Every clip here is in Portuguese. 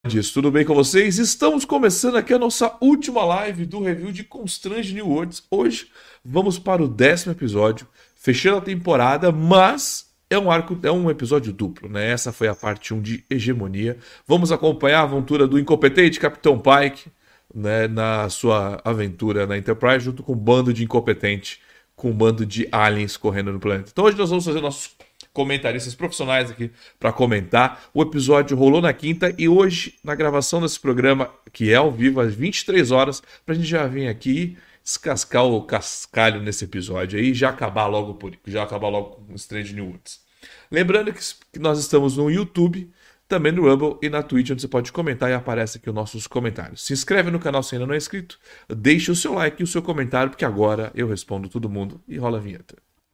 Tudo bem com vocês? Estamos começando aqui a nossa última live do review de Constrange New Worlds. Hoje vamos para o 10º episódio, fechando a temporada, mas é um episódio duplo, né? Essa foi a parte 1 de Hegemonia. Vamos acompanhar a aventura do incompetente Capitão Pike, né, na sua aventura na Enterprise, junto com um bando de incompetente, com um bando de aliens correndo no planeta. Então hoje nós vamos fazer nossos comentaristas profissionais aqui para comentar. O episódio rolou na quinta e hoje, na gravação desse programa, que é ao vivo, às 23 horas, para a gente já vir aqui descascar o cascalho nesse episódio aí e já acabar logo com Strange New Worlds. Lembrando que nós estamos no YouTube, também no Rumble e na Twitch, onde você pode comentar e aparece aqui os nossos comentários. Se inscreve no canal se ainda não é inscrito, deixe o seu like e o seu comentário, porque agora eu respondo todo mundo e rola a vinheta.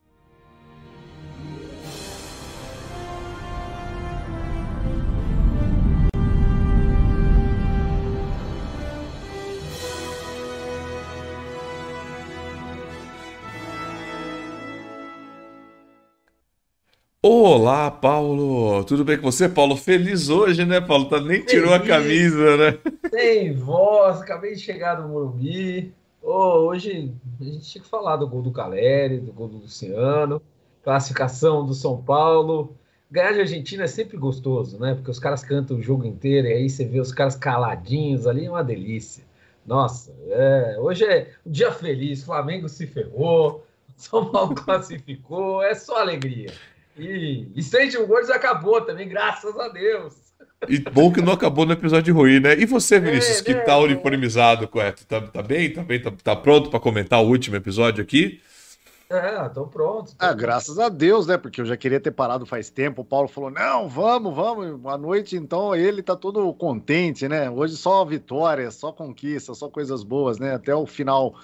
Olá, Paulo! Tudo bem com você, Paulo? Feliz hoje, né, Paulo? Nem tirou a Feliz, camisa, né? sem voz, acabei de chegar do Morumbi. Hoje a gente tinha que falar do gol do Caleri, do gol do Luciano, classificação do São Paulo. Ganhar de Argentina é sempre gostoso, né? Porque os caras cantam o jogo inteiro e aí você vê os caras caladinhos ali, é uma delícia. Nossa, hoje é um dia feliz. Flamengo se ferrou, São Paulo classificou, é só alegria. E Strange Worlds acabou também, graças a Deus. E bom que não acabou no episódio ruim, né? E você, Vinícius, É, que né? tá uniformizado, correto? Tá bem? Tá pronto pra comentar o último episódio aqui? Tô pronto, Ah, tô pronto. graças a Deus, né? Porque eu já queria ter parado faz tempo. O Paulo falou: não, vamos. À noite, então, ele tá todo contente, né? Hoje só vitórias, só conquistas, só coisas boas, né? Até o final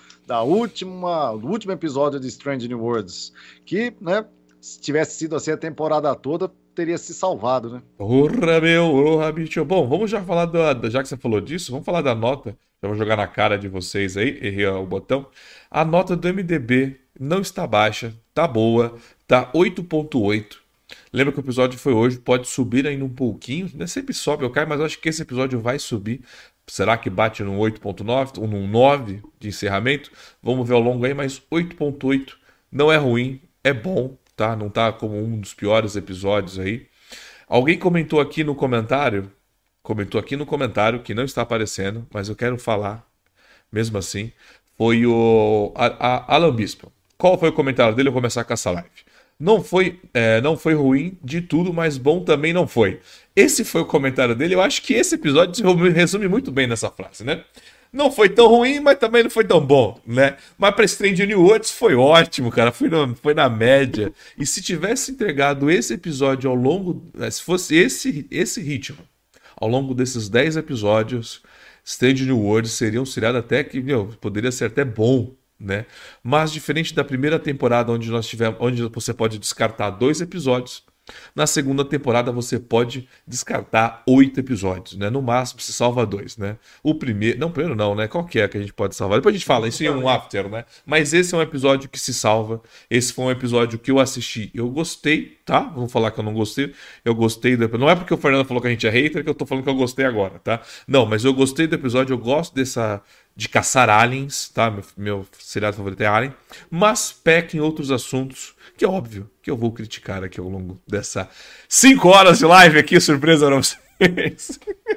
do último episódio de Strange New Worlds. Que, né, se tivesse sido assim a temporada toda, teria se salvado, né? Porra, bicho. Bom, vamos já falar já que você falou disso, vamos falar da nota. Já vou jogar na cara de vocês aí, errei o botão. A nota do MDB não está baixa, tá boa, tá 8.8. Lembra que o episódio foi hoje, pode subir ainda um pouquinho, né? Sempre sobe ou cai, mas eu acho que esse episódio vai subir. Será que bate no 8.9 ou no 9 de encerramento? Vamos ver ao longo aí, mas 8.8 não é ruim, é bom, tá? Não tá como um dos piores episódios aí. Alguém comentou aqui no comentário que não está aparecendo, mas eu quero falar mesmo assim, foi o Alan Bispo. Qual foi o comentário dele? Eu vou começar com essa live. Não foi ruim de tudo, mas bom também não foi. Esse foi o comentário dele. Eu acho que esse episódio se resume muito bem nessa frase, né? Não foi tão ruim, mas também não foi tão bom, né? Mas para Strange New Worlds foi ótimo, cara. Foi na média. E se tivesse entregado esse episódio ao longo... Se fosse esse ritmo, ao longo desses 10 episódios, Strange New Worlds seria um seriado até que, poderia ser até bom, né? Mas diferente da primeira temporada, onde você pode descartar 2 episódios, na segunda temporada você pode descartar 8 episódios, né? No máximo se salva 2, né? O primeiro não, né? Qual que é que a gente pode salvar? Depois a gente fala, isso em um after, né? Mas esse é um episódio que se salva. Esse foi um episódio que eu assisti, eu gostei, tá? Vamos falar que eu não gostei. Eu gostei do episódio. Não é porque o Fernando falou que a gente é hater que eu tô falando que eu gostei agora, tá? Não, mas eu gostei do episódio, eu gosto de caçar aliens, tá? Meu seriado favorito é Alien, mas peca em outros assuntos que é óbvio que eu vou criticar aqui ao longo dessa 5 horas de live aqui, surpresa pra vocês.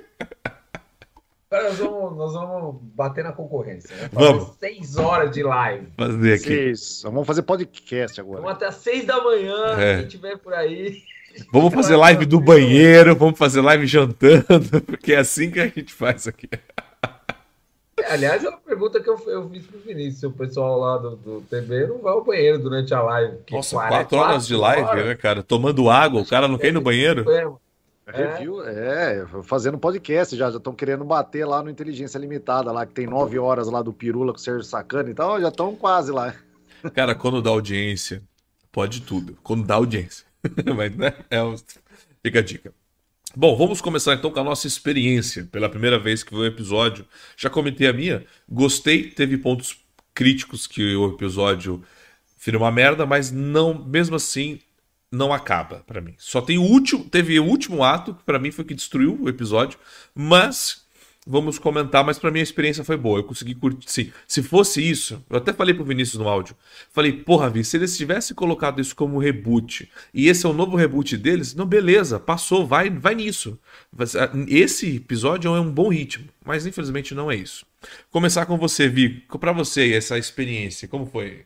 Agora nós vamos bater na concorrência, né? Fazer Vamos 6 horas de live. fazer aqui. Isso. Vamos fazer podcast Vamos agora. até às 6 da manhã, quem É. tiver por aí. Vamos fazer Vai live do tranquilo. banheiro, vamos fazer live jantando, porque é assim que a gente faz aqui. Aliás, é uma pergunta que eu fiz pro Vinícius, se o pessoal lá do TB não vai ao banheiro durante a live. Porque Nossa, 4 horas de 4 live, né, horas, cara? Tomando água, o acho que cara não não quer ir no teve banheiro? problema. É, Review, fazendo podcast já estão querendo bater lá no Inteligência Limitada, lá que tem 9 horas lá do Pirula com o Sérgio Sacani, então já estão quase lá. Cara, quando dá audiência, pode tudo. Quando dá audiência. Mas, né? Fica a dica. Bom, vamos começar então com a nossa experiência. Pela primeira vez que foi o episódio, já comentei a minha. Gostei, teve pontos críticos que o episódio vira uma merda, mas não, mesmo assim, não acaba pra mim. Só tem teve o último ato, que pra mim foi o que destruiu o episódio, mas vamos comentar, mas pra mim a experiência foi boa. Eu consegui curtir, sim. Se fosse isso, eu até falei pro Vinícius no áudio, falei, porra, Vi, se eles tivessem colocado isso como reboot, e esse é o novo reboot deles, não, beleza, passou, vai nisso. Esse episódio é um bom ritmo, mas infelizmente não é isso. Começar com você, Vi, pra você essa experiência, como foi?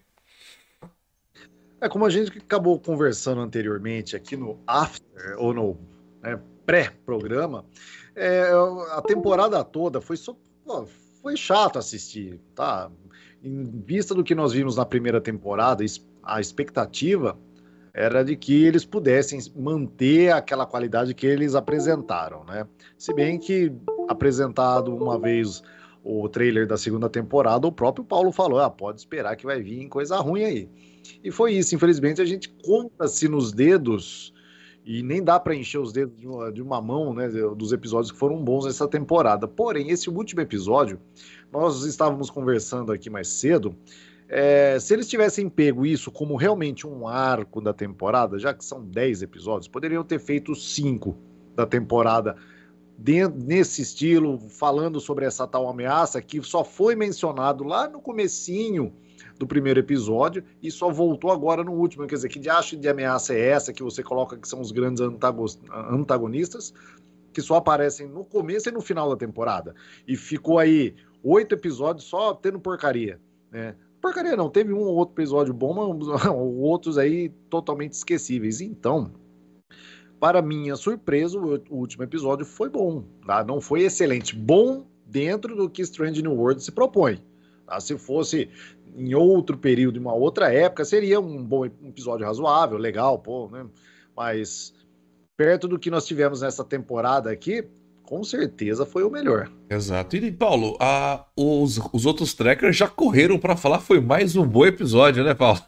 Como a gente acabou conversando anteriormente aqui no after, ou no pré-programa, a temporada toda foi chato assistir, tá? Em vista do que nós vimos na primeira temporada, a expectativa era de que eles pudessem manter aquela qualidade que eles apresentaram, né? Se bem que, apresentado uma vez o trailer da segunda temporada, o próprio Paulo falou, pode esperar que vai vir coisa ruim aí. E foi isso, infelizmente a gente conta-se nos dedos, e nem dá para encher os dedos de uma mão, né, dos episódios que foram bons essa temporada. Porém, esse último episódio, nós estávamos conversando aqui mais cedo, se eles tivessem pego isso como realmente um arco da temporada, já que são 10 episódios, poderiam ter feito 5 da temporada nesse estilo, falando sobre essa tal ameaça que só foi mencionado lá no comecinho do primeiro episódio e só voltou agora no último. Quer dizer, que diacho de ameaça é essa que você coloca que são os grandes antagonistas que só aparecem no começo e no final da temporada? E ficou aí 8 episódios só tendo porcaria, né? Porcaria não, teve um ou outro episódio bom, mas outros aí totalmente esquecíveis. Então, para minha surpresa, o último episódio foi bom, tá? Não foi excelente, bom dentro do que Strange New Worlds se propõe, tá? Se fosse em outro período, em uma outra época, seria um bom episódio razoável, legal, né? Mas perto do que nós tivemos nessa temporada aqui, com certeza foi o melhor. Exato. E, Paulo, os outros trackers já correram para falar, foi mais um bom episódio, né, Paulo?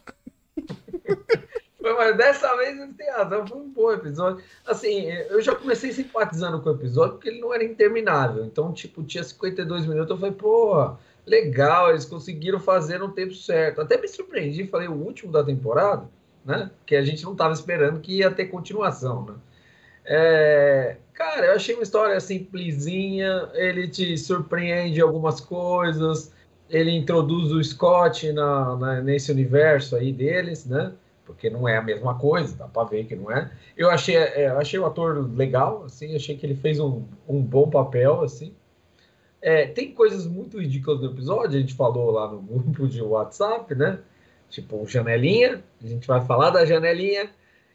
Mas dessa vez ele tem razão, foi um bom episódio. Assim, eu já comecei simpatizando com o episódio porque ele não era interminável. Então, tipo, tinha 52 minutos, eu falei, pô, legal, eles conseguiram fazer no tempo certo. Até me surpreendi, falei, o último da temporada, né? Porque a gente não estava esperando que ia ter continuação, né? Cara, eu achei uma história simplesinha, ele te surpreende algumas coisas, ele introduz o Scott nesse universo aí deles, né? Porque não é a mesma coisa, dá pra ver que não é. Eu achei o ator legal, assim, achei que ele fez um bom papel, assim. Tem coisas muito ridículas no episódio, a gente falou lá no grupo de WhatsApp, né? Tipo, janelinha, a gente vai falar da janelinha,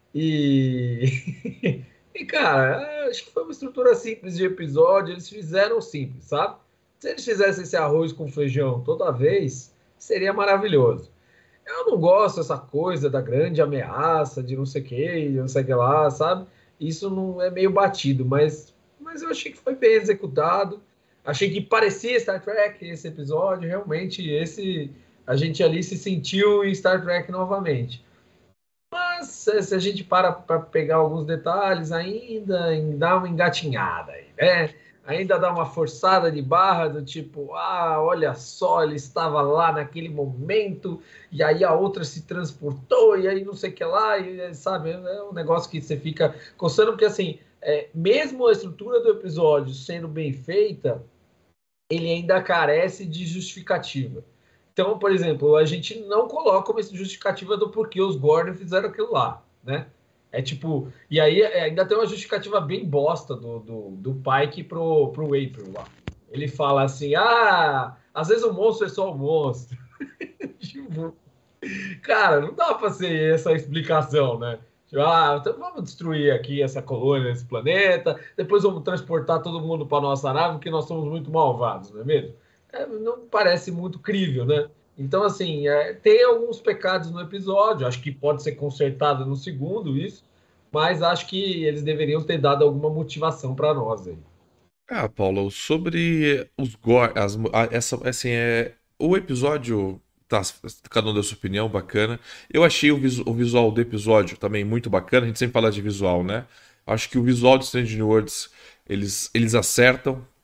e... e, cara, acho que foi uma estrutura simples de episódio, eles fizeram simples, sabe? Se eles fizessem esse arroz com feijão toda vez, seria maravilhoso. Eu não gosto dessa coisa da grande ameaça, de não sei o que, não sei o que lá, sabe? Isso não é meio batido, mas eu achei que foi bem executado. Achei que parecia Star Trek esse episódio, realmente, a gente ali se sentiu em Star Trek novamente. Mas se a gente para pegar alguns detalhes, ainda dá uma engatinhada aí, né? Ainda dá uma forçada de barra do tipo, olha só, ele estava lá naquele momento, e aí a outra se transportou, e aí não sei o que lá, e, sabe, é um negócio que você fica coçando, porque assim, mesmo a estrutura do episódio sendo bem feita, ele ainda carece de justificativa. Então, por exemplo, a gente não coloca uma justificativa do porquê os Gordon fizeram aquilo lá, né? Tipo, e aí ainda tem uma justificativa bem bosta do Pike pro April lá. Ele fala assim, às vezes o monstro é só o monstro. Tipo, cara, não dá pra ser essa explicação, né? Tipo, então vamos destruir aqui essa colônia, esse planeta, depois vamos transportar todo mundo pra nossa nave, porque nós somos muito malvados, não é mesmo? Não parece muito crível, né? Então, assim, tem alguns pecados no episódio, acho que pode ser consertado no segundo isso, mas acho que eles deveriam ter dado alguma motivação para nós aí. Paulo, sobre os gore, assim, o episódio, tá, cada um deu sua opinião, bacana. Eu achei o visual do episódio também muito bacana, a gente sempre fala de visual, né? Acho que o visual de Strange New Worlds, eles acertam.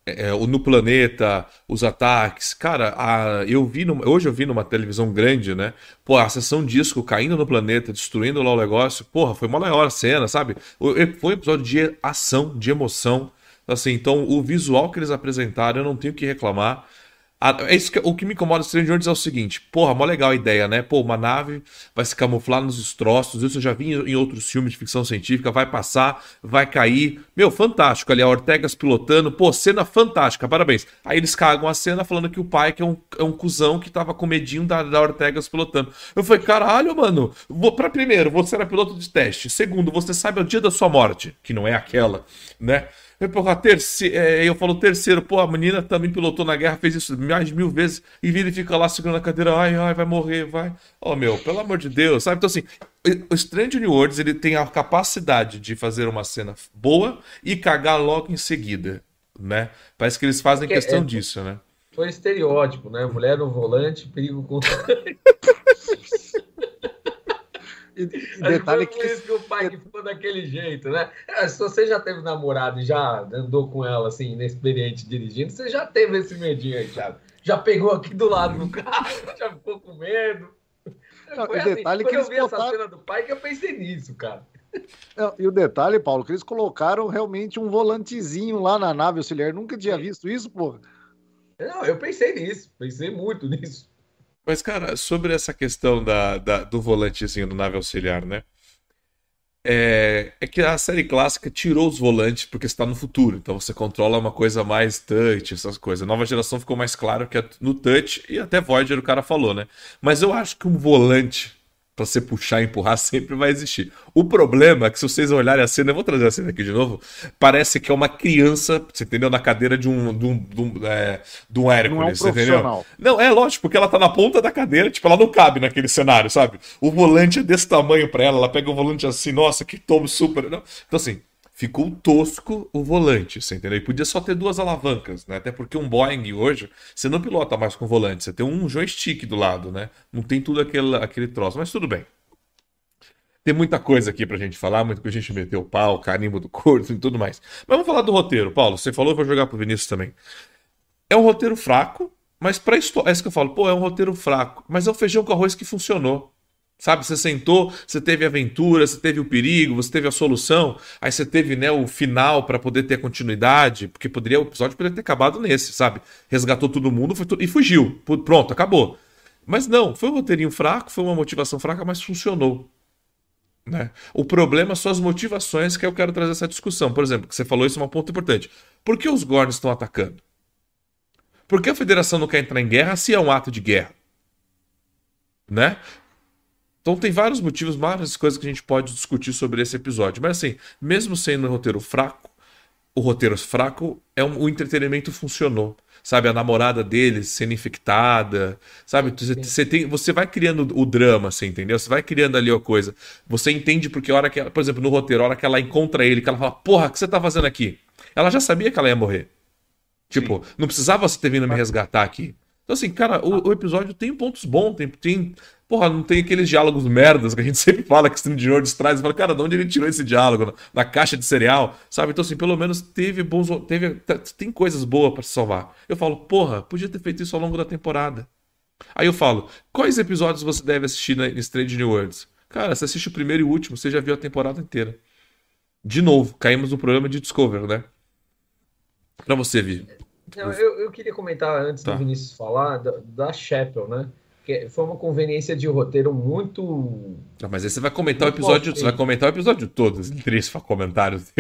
no planeta, os ataques. Cara, hoje eu vi numa televisão grande, né? Pô, a sessão disco caindo no planeta, destruindo lá o negócio. Porra, foi uma maior cena, sabe? Foi um episódio de ação, de emoção. Assim, então, o visual que eles apresentaram, eu não tenho o que reclamar. O que me incomoda no Stranger Worlds é o seguinte, porra, mó legal a ideia, né? Pô, uma nave vai se camuflar nos destroços, isso eu já vi em outros filmes de ficção científica, vai passar, vai cair. Meu, fantástico ali, a Ortegas pilotando, pô, cena fantástica, parabéns. Aí eles cagam a cena falando que o pai que é um cuzão que tava com medinho da Ortegas pilotando. Eu falei, caralho, mano, primeiro, você era piloto de teste. Segundo, você sabe o dia da sua morte, que não é aquela, né? Eu falo terceiro, pô, a menina também pilotou na guerra, fez isso mais de 1000 vezes, e ele fica lá segurando a cadeira, ai, vai morrer, vai. Oh, meu, pelo amor de Deus, sabe? Então, assim, o Strange New Worlds, ele tem a capacidade de fazer uma cena boa e cagar logo em seguida, né? Parece que eles fazem questão disso, né? Foi estereótipo, né? Mulher no volante, perigo contra... E detalhe que... Por isso que o pai que ficou daquele jeito, né? Se você já teve namorado e já andou com ela, assim, inexperiente dirigindo, você já teve esse medinho aí, Thiago. Já pegou aqui do lado do carro, já ficou com medo. Foi assim, detalhe quando eu vi essa cena do pai que eu pensei nisso, cara. E o detalhe, Paulo, que eles colocaram realmente um volantezinho lá na nave auxiliar. Nunca tinha visto isso, porra. Não, eu pensei nisso, pensei muito nisso. Mas, cara, sobre essa questão do volantezinho do nave auxiliar, né? É que a série clássica tirou os volantes porque está no futuro. Então você controla uma coisa mais touch, essas coisas. A nova geração ficou mais claro que é no touch e até Voyager o cara falou, né? Mas eu acho que um volante pra você puxar e empurrar sempre vai existir. O problema é que se vocês olharem a cena, eu vou trazer a cena aqui de novo, parece que é uma criança, você entendeu? Na cadeira de um Hércules, não é um profissional. Entendeu? Não, é lógico, porque ela tá na ponta da cadeira, tipo, ela não cabe naquele cenário, sabe? O volante é desse tamanho pra ela pega o volante assim, nossa, que tomo super... Não. Então assim, ficou tosco o volante, você entendeu? E podia só ter 2 alavancas, né? Até porque um Boeing hoje, você não pilota mais com volante, você tem um joystick do lado, né? Não tem tudo aquele troço, mas tudo bem. Tem muita coisa aqui pra gente falar, muita coisa a gente meteu o pau, carimbo do corpo e tudo mais. Mas vamos falar do roteiro, Paulo. Você falou, eu vou jogar pro Vinícius também. É um roteiro fraco, mas pra história... É isso que eu falo, pô, é um roteiro fraco, mas é um feijão com arroz que funcionou. Sabe, você sentou, você teve aventura, você teve o perigo, você teve a solução, aí você teve, né, o final pra poder ter continuidade, porque o episódio poderia ter acabado nesse, sabe? Resgatou todo mundo e fugiu. Pronto, acabou. Mas não, foi um roteirinho fraco, foi uma motivação fraca, mas funcionou. Né? O problema são as motivações que eu quero trazer essa discussão. Por exemplo, que você falou isso é um ponto importante. Por que os Gorns estão atacando? Por que a Federação não quer entrar em guerra se é um ato de guerra? Né? Então tem vários motivos, várias coisas que a gente pode discutir sobre esse episódio. Mas assim, mesmo sendo um roteiro fraco, o roteiro fraco, o entretenimento funcionou. Sabe, a namorada dele sendo infectada, sabe? Você vai criando o drama, você entendeu? Você vai criando ali a coisa. Você entende porque a hora que ela, por exemplo, no roteiro, a hora que ela encontra ele, que ela fala, porra, o que você tá fazendo aqui? Ela já sabia que ela ia morrer. Tipo, não precisava você ter vindo me resgatar aqui. Então assim, cara, o episódio tem pontos bons, porra, não tem aqueles diálogos merdas que a gente sempre fala que o Stranger Worlds traz. E fala, cara, de onde ele tirou esse diálogo? Na caixa de cereal, sabe? Então, assim, pelo menos tem coisas boas pra se salvar. Eu falo, porra, podia ter feito isso ao longo da temporada. Aí eu falo, quais episódios você deve assistir em Stranger Worlds? Cara, você assiste o primeiro e o último, você já viu a temporada inteira. De novo, caímos no programa de Discover, né? Pra você, Vi. Eu queria comentar antes do Vinícius falar da Chapel, né? Que foi uma conveniência de roteiro muito. Mas aí você vai comentar o episódio. Você vai comentar o episódio todo, três comentários.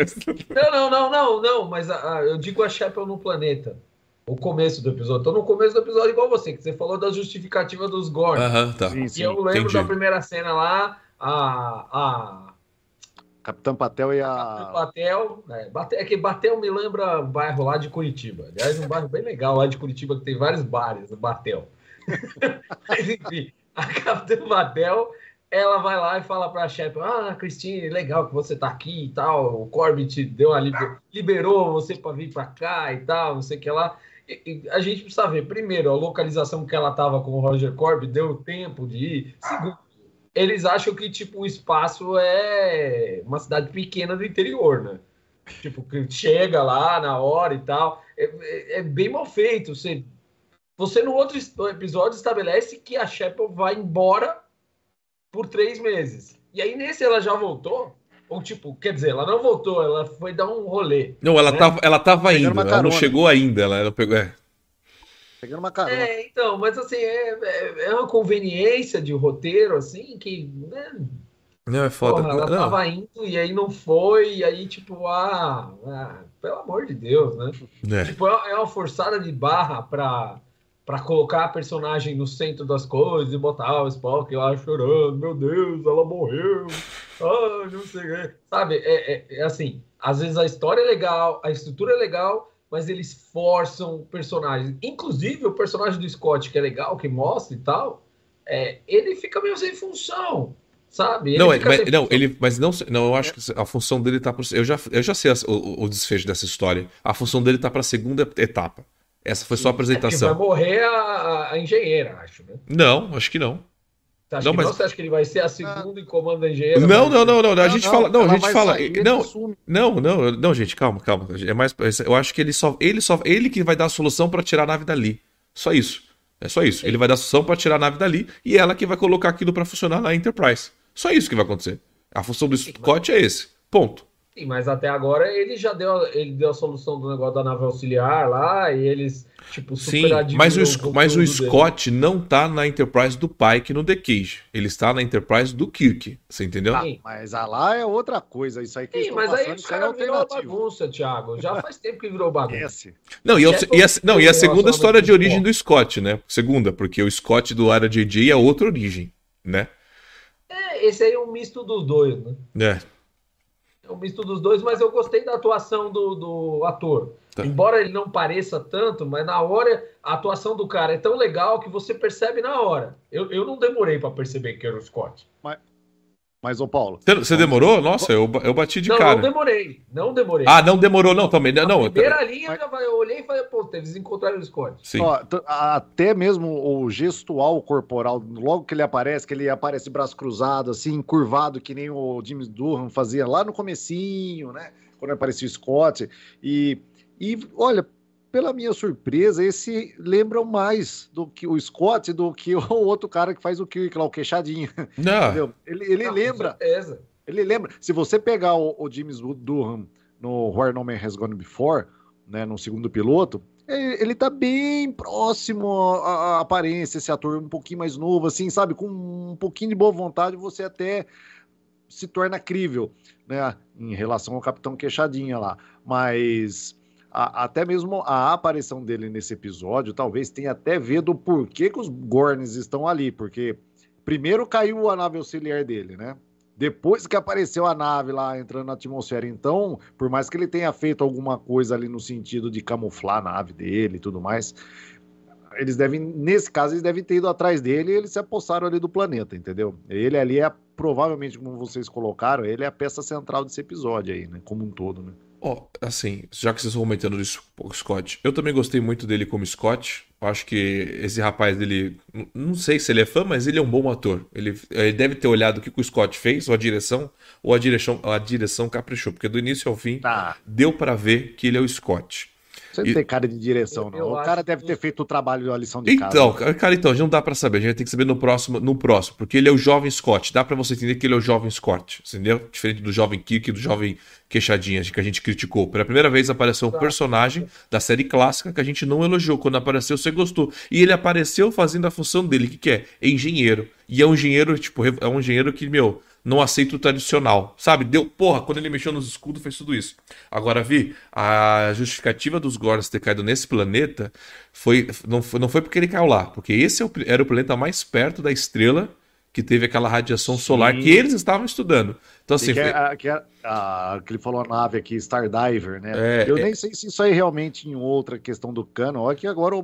Não, mas eu digo a Chapel no planeta. O começo do episódio. Tô no começo do episódio igual você, que você falou da justificativa dos Gorn. Tá. Sim, eu lembro da primeira cena lá, a Capitã Patel e a... Capitã Patel, é que Batel me lembra um bairro lá de Curitiba. Aliás, um bairro bem legal lá de Curitiba, que tem vários bares, o Batel. Mas, enfim, a Capitã Patel, ela vai lá e fala pra chefe, Christine, legal que você tá aqui e tal, o Corbett liberou você pra vir pra cá e tal, não sei o que lá. E a gente precisa ver, primeiro, a localização que ela tava com o Roger Corbett, deu tempo de ir. Segundo, eles acham que, tipo, o espaço é uma cidade pequena do interior, né? Tipo, que chega lá na hora e tal. É bem mal feito. Você no outro episódio estabelece que a Chapel vai embora por 3 meses. E aí nesse ela já voltou? Ou tipo, quer dizer, ela não voltou, ela foi dar um rolê. Não, Né? ela tava Pegando indo, uma ela não carona. chegou ainda, ela pegou. Pegando uma carona. Então, mas assim, é uma conveniência de roteiro, assim, que, né, Não, é foda. porra, ela Não, tava indo e aí não foi, e aí, tipo, pelo amor de Deus, né? né? Tipo, é uma forçada de barra pra colocar a personagem no centro das coisas e botar o Spock lá chorando, meu Deus, ela morreu, não sei o quê. Sabe, é assim, às vezes a história é legal, a estrutura é legal, mas eles forçam personagens. Inclusive, o personagem do Scott, que é legal, que mostra e tal, ele fica meio sem função. Sabe? Ele Não, fica sem função. mas não, eu acho que a função dele tá pro, eu já sei o desfecho dessa história. A função dele tá pra segunda etapa. Essa foi só a Sim. Porque vai apresentação. morrer a engenheira, acho, né? Não, acho que não. Você acha Não, que mas não? Você acha que ele vai ser a segunda em comando da engenheira? não, a gente fala, não, a ela gente vai fala, sair, ele não, assume. não, gente, calma. É mais, eu acho que ele que vai dar a solução pra tirar a nave dali. Só isso. É só isso. Sim. Ele vai dar a solução pra tirar a nave dali e ela que vai colocar aquilo pra funcionar na Enterprise. Só isso que vai acontecer. A função do Scott é esse. Ponto. Sim, mas até agora ele deu a solução do negócio da nave auxiliar lá e eles, tipo, Sim, superadmiram o mas o conteúdo Scott não tá na Enterprise do Pike no The Cage. Ele está na Enterprise do Kirk. Você entendeu? Sim. Mas a lá é outra coisa. Isso aí que eles Sim, estão mas aí passando, os isso aí é caras virou alternativo. bagunça, Thiago. Já faz tempo que virou bagunça. Esse. Não, e, Shepard e a segunda relacionamento história de com o origem Spock. do Scott, né? Segunda, porque o Scott do Ara JJ é outra origem, né? Esse aí é um misto dos dois, né? É, É um misto dos dois, mas eu gostei da atuação do ator. tá. Embora ele não pareça tanto, mas na hora a atuação do cara é tão legal que você percebe na hora. Eu não demorei para perceber que era o Scott. Mas, ô Paulo. Você demorou? Nossa, eu bati de Não, cara. não demorei. Não demorei. Ah, não demorou, não, também. Na Não, primeira linha mas- eu olhei e falei, pô, eles encontraram o Scott. sim. Ó, até mesmo o gestual corporal, logo que ele aparece de braço cruzado, assim, curvado, que nem o James Durham fazia lá no comecinho, né? Quando aparecia o Scott. E olha, pela minha surpresa, esse lembra mais do que o Scott do que o outro cara que faz o Kirk lá, o queixadinho. Não, Entendeu? Ele Não, lembra. com certeza. Ele lembra. Se você pegar o James Durham no Where No Man Has Gone Before, né, no segundo piloto, ele tá bem próximo à aparência, esse ator um pouquinho mais novo, assim, sabe? Com um pouquinho de boa vontade, você até se torna crível, né? Em relação ao Capitão Queixadinha lá. Mas até mesmo a aparição dele nesse episódio talvez tenha até a ver do porquê que os Gorns estão ali, porque primeiro caiu a nave auxiliar dele, né? Depois que apareceu a nave lá entrando na atmosfera, então, por mais que ele tenha feito alguma coisa ali no sentido de camuflar a nave dele e tudo mais, eles devem, nesse caso, eles devem ter ido atrás dele e eles se apossaram ali do planeta, entendeu? Ele ali é, provavelmente, como vocês colocaram, ele é a peça central desse episódio aí, né? Como um todo, né? ó, assim, já que vocês estão comentando isso, o Scott, eu também gostei muito dele como Scott. Acho que esse rapaz dele, não sei se ele é fã, mas ele é um bom ator. Ele deve ter olhado o que o Scott fez, ou a direção caprichou, porque do início ao fim Tá. deu pra ver que ele é o Scott. Você não E- tem cara de direção, não. Eu O cara acho deve que- ter feito o trabalho, a lição de Então, casa. cara, então, não dá pra saber. A gente vai ter que saber no próximo, porque ele é o jovem Scott. Dá pra você entender que ele é o jovem Scott, entendeu? Diferente do jovem Kirk e do jovem Queixadinha, que a gente criticou. Pela primeira vez apareceu um personagem da série clássica que a gente não elogiou. Quando apareceu, você gostou. E ele apareceu fazendo a função dele, que é? É engenheiro. E é um engenheiro, tipo, é um engenheiro que, meu, não aceita o tradicional, sabe? Porra, quando ele mexeu nos escudos fez tudo isso. Agora, Vi, a justificativa dos Gorns ter caído nesse planeta não foi porque ele caiu lá, porque esse era o planeta mais perto da estrela que teve aquela radiação solar que eles estavam estudando. Então, assim, Que ele falou a nave aqui, Stardiver, né? É, Eu nem sei se isso aí realmente em outra questão do cano. Olha que agora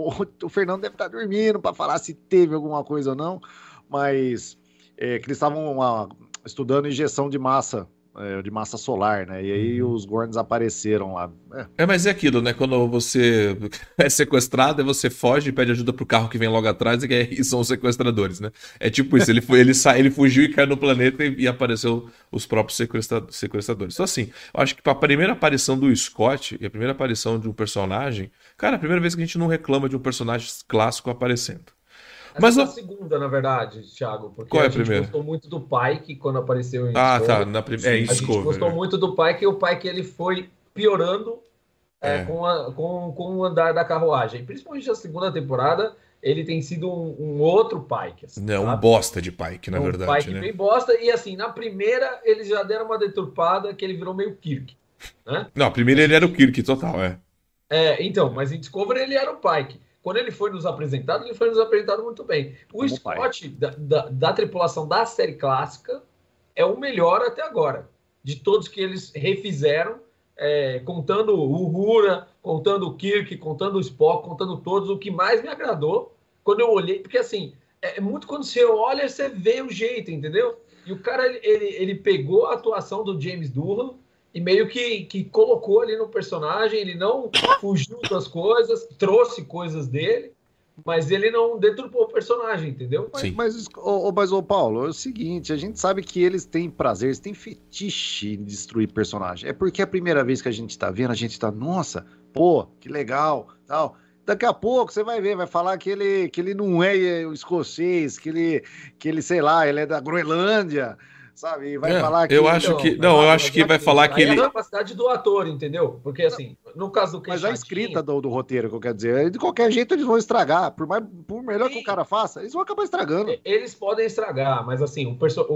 o Fernando deve estar dormindo para falar se teve alguma coisa ou não, mas que eles estavam estudando injeção de massa de massa solar, né? E aí os Gorns apareceram lá. Mas é aquilo, né? Quando você é sequestrado, aí você foge e pede ajuda pro carro que vem logo atrás e são os sequestradores, né? É tipo isso, ele fugiu e caiu no planeta e apareceu os próprios sequestradores. Então assim, eu acho que a primeira aparição do Scott e a primeira aparição de um personagem, cara, a primeira vez que a gente não reclama de um personagem clássico aparecendo. Mas a segunda, na verdade, Thiago, porque qual é a gente primeira? Gostou muito do Pike quando apareceu em Discovery. Discovery. Tá, na primeira. A gente gostou muito do Pike e o Pike ele foi piorando com o andar da carruagem. Principalmente na segunda temporada, ele tem sido um outro Pike. Assim, um bosta de Pike, na verdade. Um Pike bem bosta. E assim, na primeira, eles já deram uma deturpada que ele virou meio Kirk. Né? Não, a primeira ele era o Kirk total, então, mas em Discovery ele era o Pike. Quando ele foi nos apresentado, ele foi nos apresentado muito bem. O Scott, da tripulação da série clássica, é o melhor até agora. De todos que eles refizeram, contando o Uhura, contando o Kirk, contando o Spock, contando todos, o que mais me agradou, quando eu olhei, porque assim, é muito quando você olha, você vê o jeito, entendeu? E o cara, ele pegou a atuação do James Doohan, e meio que colocou ali no personagem, ele não fugiu das coisas, trouxe coisas dele, mas ele não deturpou o personagem, entendeu? Mas Paulo, é o seguinte, a gente sabe que eles têm prazer, eles têm fetiche em destruir personagem. É porque a primeira vez que a gente tá vendo, a gente tá, nossa, pô, que legal, tal. Daqui a pouco você vai ver, vai falar que ele não é o escocês, que ele, sei lá, ele é da Groenlândia, sabe? E vai falar que... Eu acho que... Não, eu acho que vai falar que ele... É a capacidade do ator, entendeu? Porque, assim, no caso do Mas a escrita do roteiro, que eu quero dizer, de qualquer jeito eles vão estragar. Por melhor que o cara faça, eles vão acabar estragando. Eles podem estragar, mas, assim,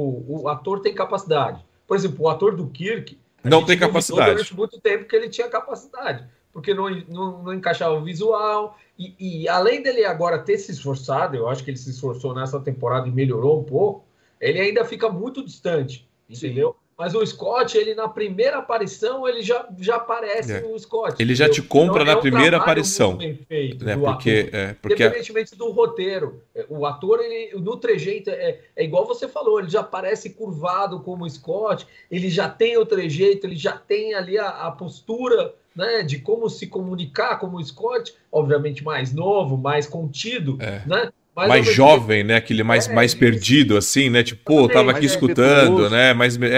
o ator tem capacidade. Por exemplo, o ator do Kirk... Não tem capacidade. Durante muito tempo que ele tinha capacidade. Porque não encaixava o visual. E além dele agora ter se esforçado, eu acho que ele se esforçou nessa temporada e melhorou um pouco, ele ainda fica muito distante, entendeu? Sim. Mas o Scott, ele na primeira aparição, ele já parece o Scott. Ele já te compra na primeira aparição. Bem feito né? do porque, ator. Independentemente do roteiro. O ator, ele, no trejeito, é igual você falou, ele já parece curvado como o Scott, ele já tem o trejeito, ele já tem ali a postura, né, de como se comunicar como o Scott, obviamente mais novo, mais contido, né? Mais jovem, né? Aquele mais perdido, assim, né? Tipo, pô, tava aqui escutando, né?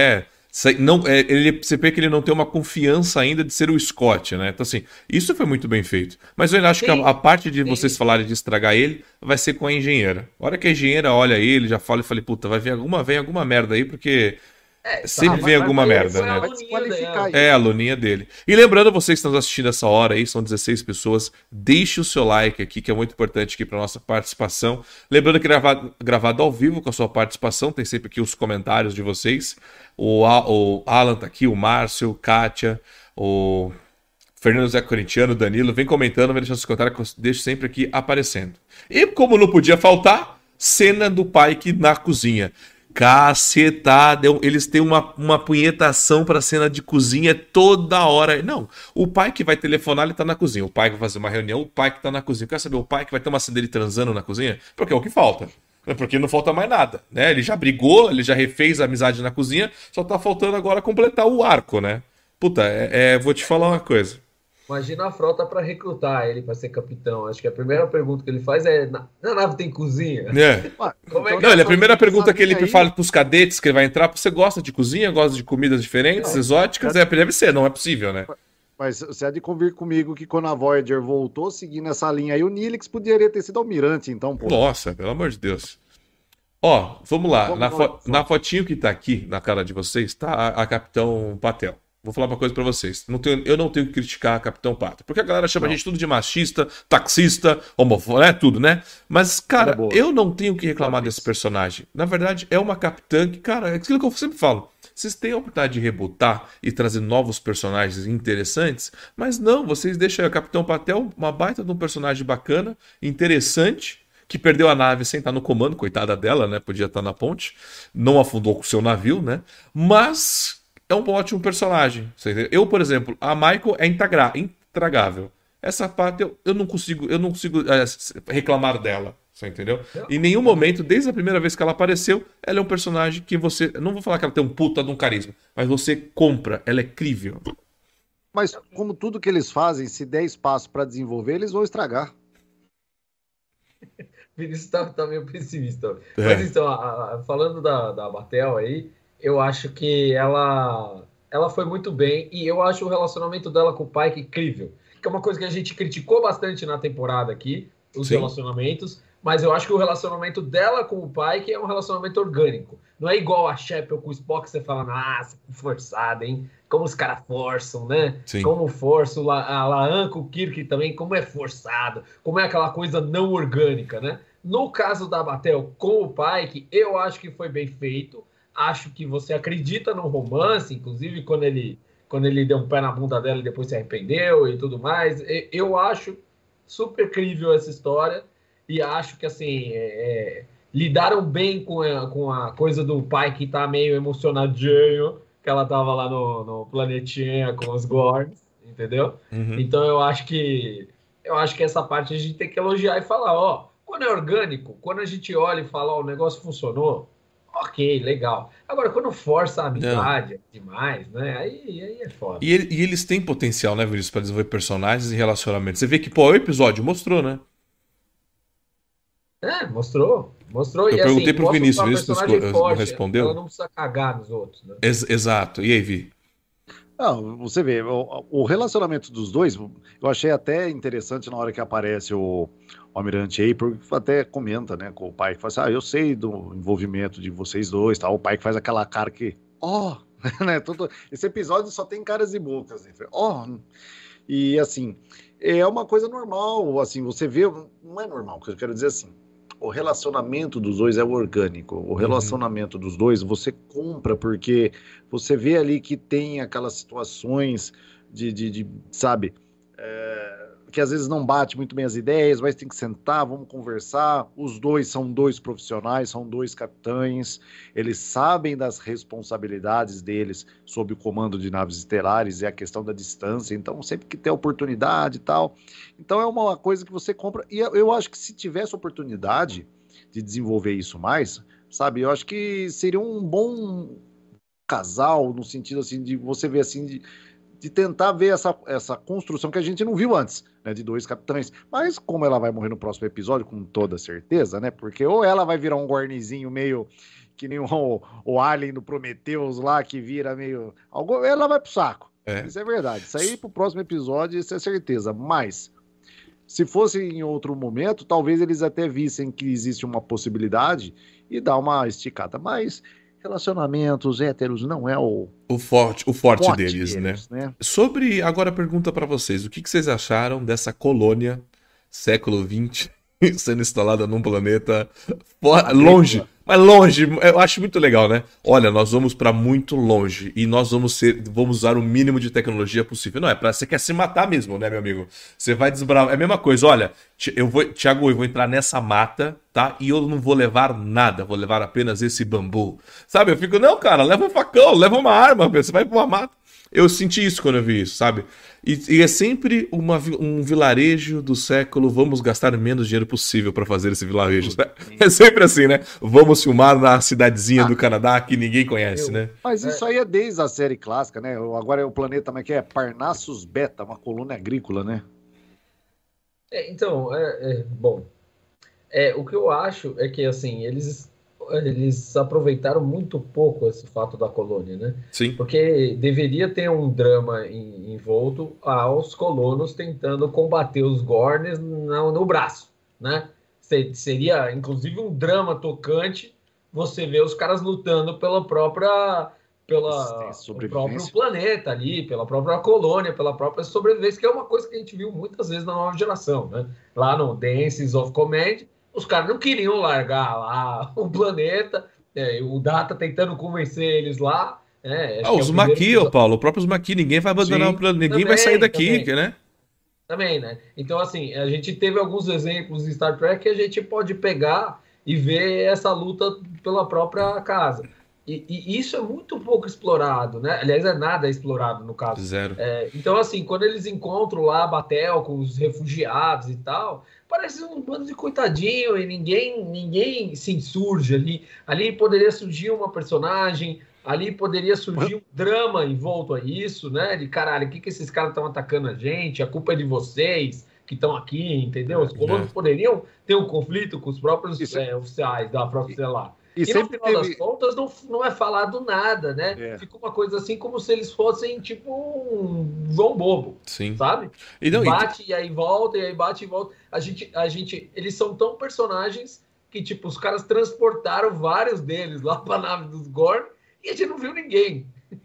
Você vê que ele não tem uma confiança ainda de ser o Scott, né? Então, assim, isso foi muito bem feito. Mas eu acho que a parte de vocês falarem de estragar ele vai ser com a engenheira. A hora que a engenheira olha ele, já fala e fala, puta, vem alguma merda aí, porque... sempre vem alguma merda, né? A aluninha dele. E lembrando, vocês que estão assistindo essa hora aí, são 16 pessoas, deixe o seu like aqui, que é muito importante aqui para nossa participação. Lembrando que gravado ao vivo com a sua participação, tem sempre aqui os comentários de vocês. O Alan tá aqui, o Márcio, Kátia, o Fernando Zé Corintiano, o Danilo, vem comentando, vai deixando seus comentários que eu deixo sempre aqui aparecendo. E como não podia faltar, cena do Pike na cozinha. Cacetada, eles têm uma punhetação pra cena de cozinha toda hora. Não, o pai que vai telefonar, ele tá na cozinha. O pai que vai fazer uma reunião, o pai que tá na cozinha. Quer saber, o pai que vai ter uma cena dele transando na cozinha? Porque é o que falta. Porque não falta mais nada, né? Ele já brigou, ele já refez a amizade na cozinha, só tá faltando agora completar o arco, né? Puta, vou te falar uma coisa. Imagina a frota para recrutar ele para ser capitão. Acho que a primeira pergunta que ele faz é: na nave tem cozinha? A primeira pergunta que ele fala para os cadetes que ele vai entrar: você gosta de cozinha? Gosta de comidas diferentes, exóticas? Deve ser, não é possível, né? Mas você há de convir comigo que quando a Voyager voltou seguindo essa linha aí, o Nilix poderia ter sido almirante, então, pô. Nossa, pelo amor de Deus. Ó, vamos lá. Na fotinho que tá aqui, na cara de vocês, tá a Capitão Patel. Vou falar uma coisa pra vocês. Eu não tenho que criticar a Capitão Patel. Porque a galera chama a gente tudo de machista, taxista, homofóbico, né? Tudo, né? Mas, cara, eu não tenho que reclamar desse personagem. Na verdade, é uma capitã que, cara, é aquilo que eu sempre falo. Vocês têm a oportunidade de rebutar e trazer novos personagens interessantes, mas não, vocês deixam a Capitão Patel uma baita de um personagem bacana, interessante, que perdeu a nave sem estar no comando, coitada dela, né? Podia estar na ponte. Não afundou com o seu navio, né? Mas... é um ótimo personagem. Eu, por exemplo, a Michael é intragável. Essa parte eu não consigo reclamar dela. Você entendeu? Em nenhum momento, desde a primeira vez que ela apareceu, ela é um personagem que você... Não vou falar que ela tem um puta de um carisma, mas você compra, ela é crível. Mas como tudo que eles fazem, se der espaço para desenvolver, eles vão estragar. Vinícius tá meio pessimista. Mas então, falando da Batel aí, eu acho que ela foi muito bem e eu acho o relacionamento dela com o Pike incrível. Que é uma coisa que a gente criticou bastante na temporada aqui, os relacionamentos, mas eu acho que o relacionamento dela com o Pike é um relacionamento orgânico. Não é igual a Chapel com o Spock, que você fala, nossa, que forçada, hein? Como os caras forçam, né? Sim. Como força a Laan com o Kirk também, como é forçado, como é aquela coisa não orgânica, né? No caso da Batel com o Pike, eu acho que foi bem feito. Acho que você acredita no romance, inclusive quando ele deu um pé na bunda dela e depois se arrependeu e tudo mais. Eu acho super crível essa história e acho que, assim, lidaram bem com a coisa do pai que tá meio emocionadinho, que ela tava lá no planetinha com os Gorns, entendeu? Uhum. Então eu acho que essa parte a gente tem que elogiar e falar, ó, quando é orgânico, quando a gente olha e fala, ó, o negócio funcionou, ok, legal. Agora, quando força a amizade demais, né? Aí é foda. E eles têm potencial, né, Vinícius, pra desenvolver personagens e relacionamentos. Você vê que, pô, o episódio mostrou, né? Mostrou. Eu perguntei pro Vinícius não respondeu. Ela não precisa cagar nos outros, né? Exato. E aí, Vi? Não, você vê, o relacionamento dos dois, eu achei até interessante na hora que aparece o Almirante aí, porque até comenta, né, com o pai, que fala assim, eu sei do envolvimento de vocês dois, tá? O pai que faz aquela cara que, né, esse episódio só tem caras e bocas, né? E assim, é uma coisa normal, assim, você vê, não é normal, o que eu quero dizer assim, o relacionamento dos dois é orgânico. O relacionamento dos dois você compra porque você vê ali que tem aquelas situações sabe, que às vezes não bate muito bem as ideias, mas tem que sentar, vamos conversar. Os dois são dois profissionais, são dois capitães, eles sabem das responsabilidades deles sob o comando de naves estelares e a questão da distância, então sempre que tem oportunidade e tal. Então é uma coisa que você compra, e eu acho que se tivesse oportunidade de desenvolver isso mais, sabe, eu acho que seria um bom casal, no sentido assim, de você ver assim, de tentar ver essa construção que a gente não viu antes, né, de dois capitães. Mas como ela vai morrer no próximo episódio, com toda certeza, né? Porque ou ela vai virar um Gornizinho meio que nem o Alien do Prometheus lá, que vira meio... Ela vai pro saco. Isso é verdade. Isso aí pro próximo episódio, isso é certeza. Mas, se fosse em outro momento, talvez eles até vissem que existe uma possibilidade e dar uma esticada. Mas... relacionamentos héteros não é o forte deles, né? Sobre, agora a pergunta pra vocês, o que vocês acharam dessa colônia século XX sendo instalada num planeta longe, mas longe, eu acho muito legal, né? Olha, nós vamos pra muito longe e nós vamos usar o mínimo de tecnologia possível. Não, você quer se matar mesmo, né, meu amigo? Você vai desbravar, é a mesma coisa, olha, Thiago, eu vou entrar nessa mata, tá? E eu não vou levar nada, vou levar apenas esse bambu. Sabe, eu fico, não, cara, leva um facão, leva uma arma, você vai pra uma mata. Eu senti isso quando eu vi isso, sabe? E é sempre um vilarejo do século, vamos gastar menos dinheiro possível pra fazer esse vilarejo. É sempre assim, né? Vamos filmar na cidadezinha do Canadá que ninguém conhece, né? Mas isso aí é desde a série clássica, né? Agora é o planeta, mas que é Parnassus Beta, uma colônia agrícola, né? Então, bom, o que eu acho é que, assim, eles aproveitaram muito pouco esse fato da colônia, né? Sim. Porque deveria ter um drama envolto aos colonos tentando combater os Gorns no braço, né? Seria, inclusive, um drama tocante você ver os caras lutando pelo próprio planeta ali, pela própria colônia, pela própria sobrevivência, que é uma coisa que a gente viu muitas vezes na nova geração, né? Lá no The Aces of Command, os caras não queriam largar lá o planeta, o Data tentando convencer eles lá. Os Maquis, Paulo, os próprios Maquis, ninguém vai abandonar o planeta, ninguém vai sair daqui, né? Também, né? Então, assim, a gente teve alguns exemplos em Star Trek que a gente pode pegar e ver essa luta pela própria casa. E isso é muito pouco explorado, né? Aliás, é nada explorado no caso. Zero. Então, assim, quando eles encontram lá a Batel com os refugiados e tal, parece um bando de coitadinho e ninguém se insurge ali. Ali poderia surgir uma personagem, ali poderia surgir um drama envolto a isso, né? De caralho, o que esses caras estão atacando a gente? A culpa é de vocês que estão aqui, entendeu? Os colonos poderiam ter um conflito com os próprios oficiais da Frota Estelar. E no sempre final das contas não é falado nada, né? Fica uma coisa assim como se eles fossem tipo um João Bobo, Sim. sabe? Bate e aí volta, e aí bate e volta. Eles são tão personagens que tipo os caras transportaram vários deles lá para a nave dos Gorn e a gente não viu ninguém.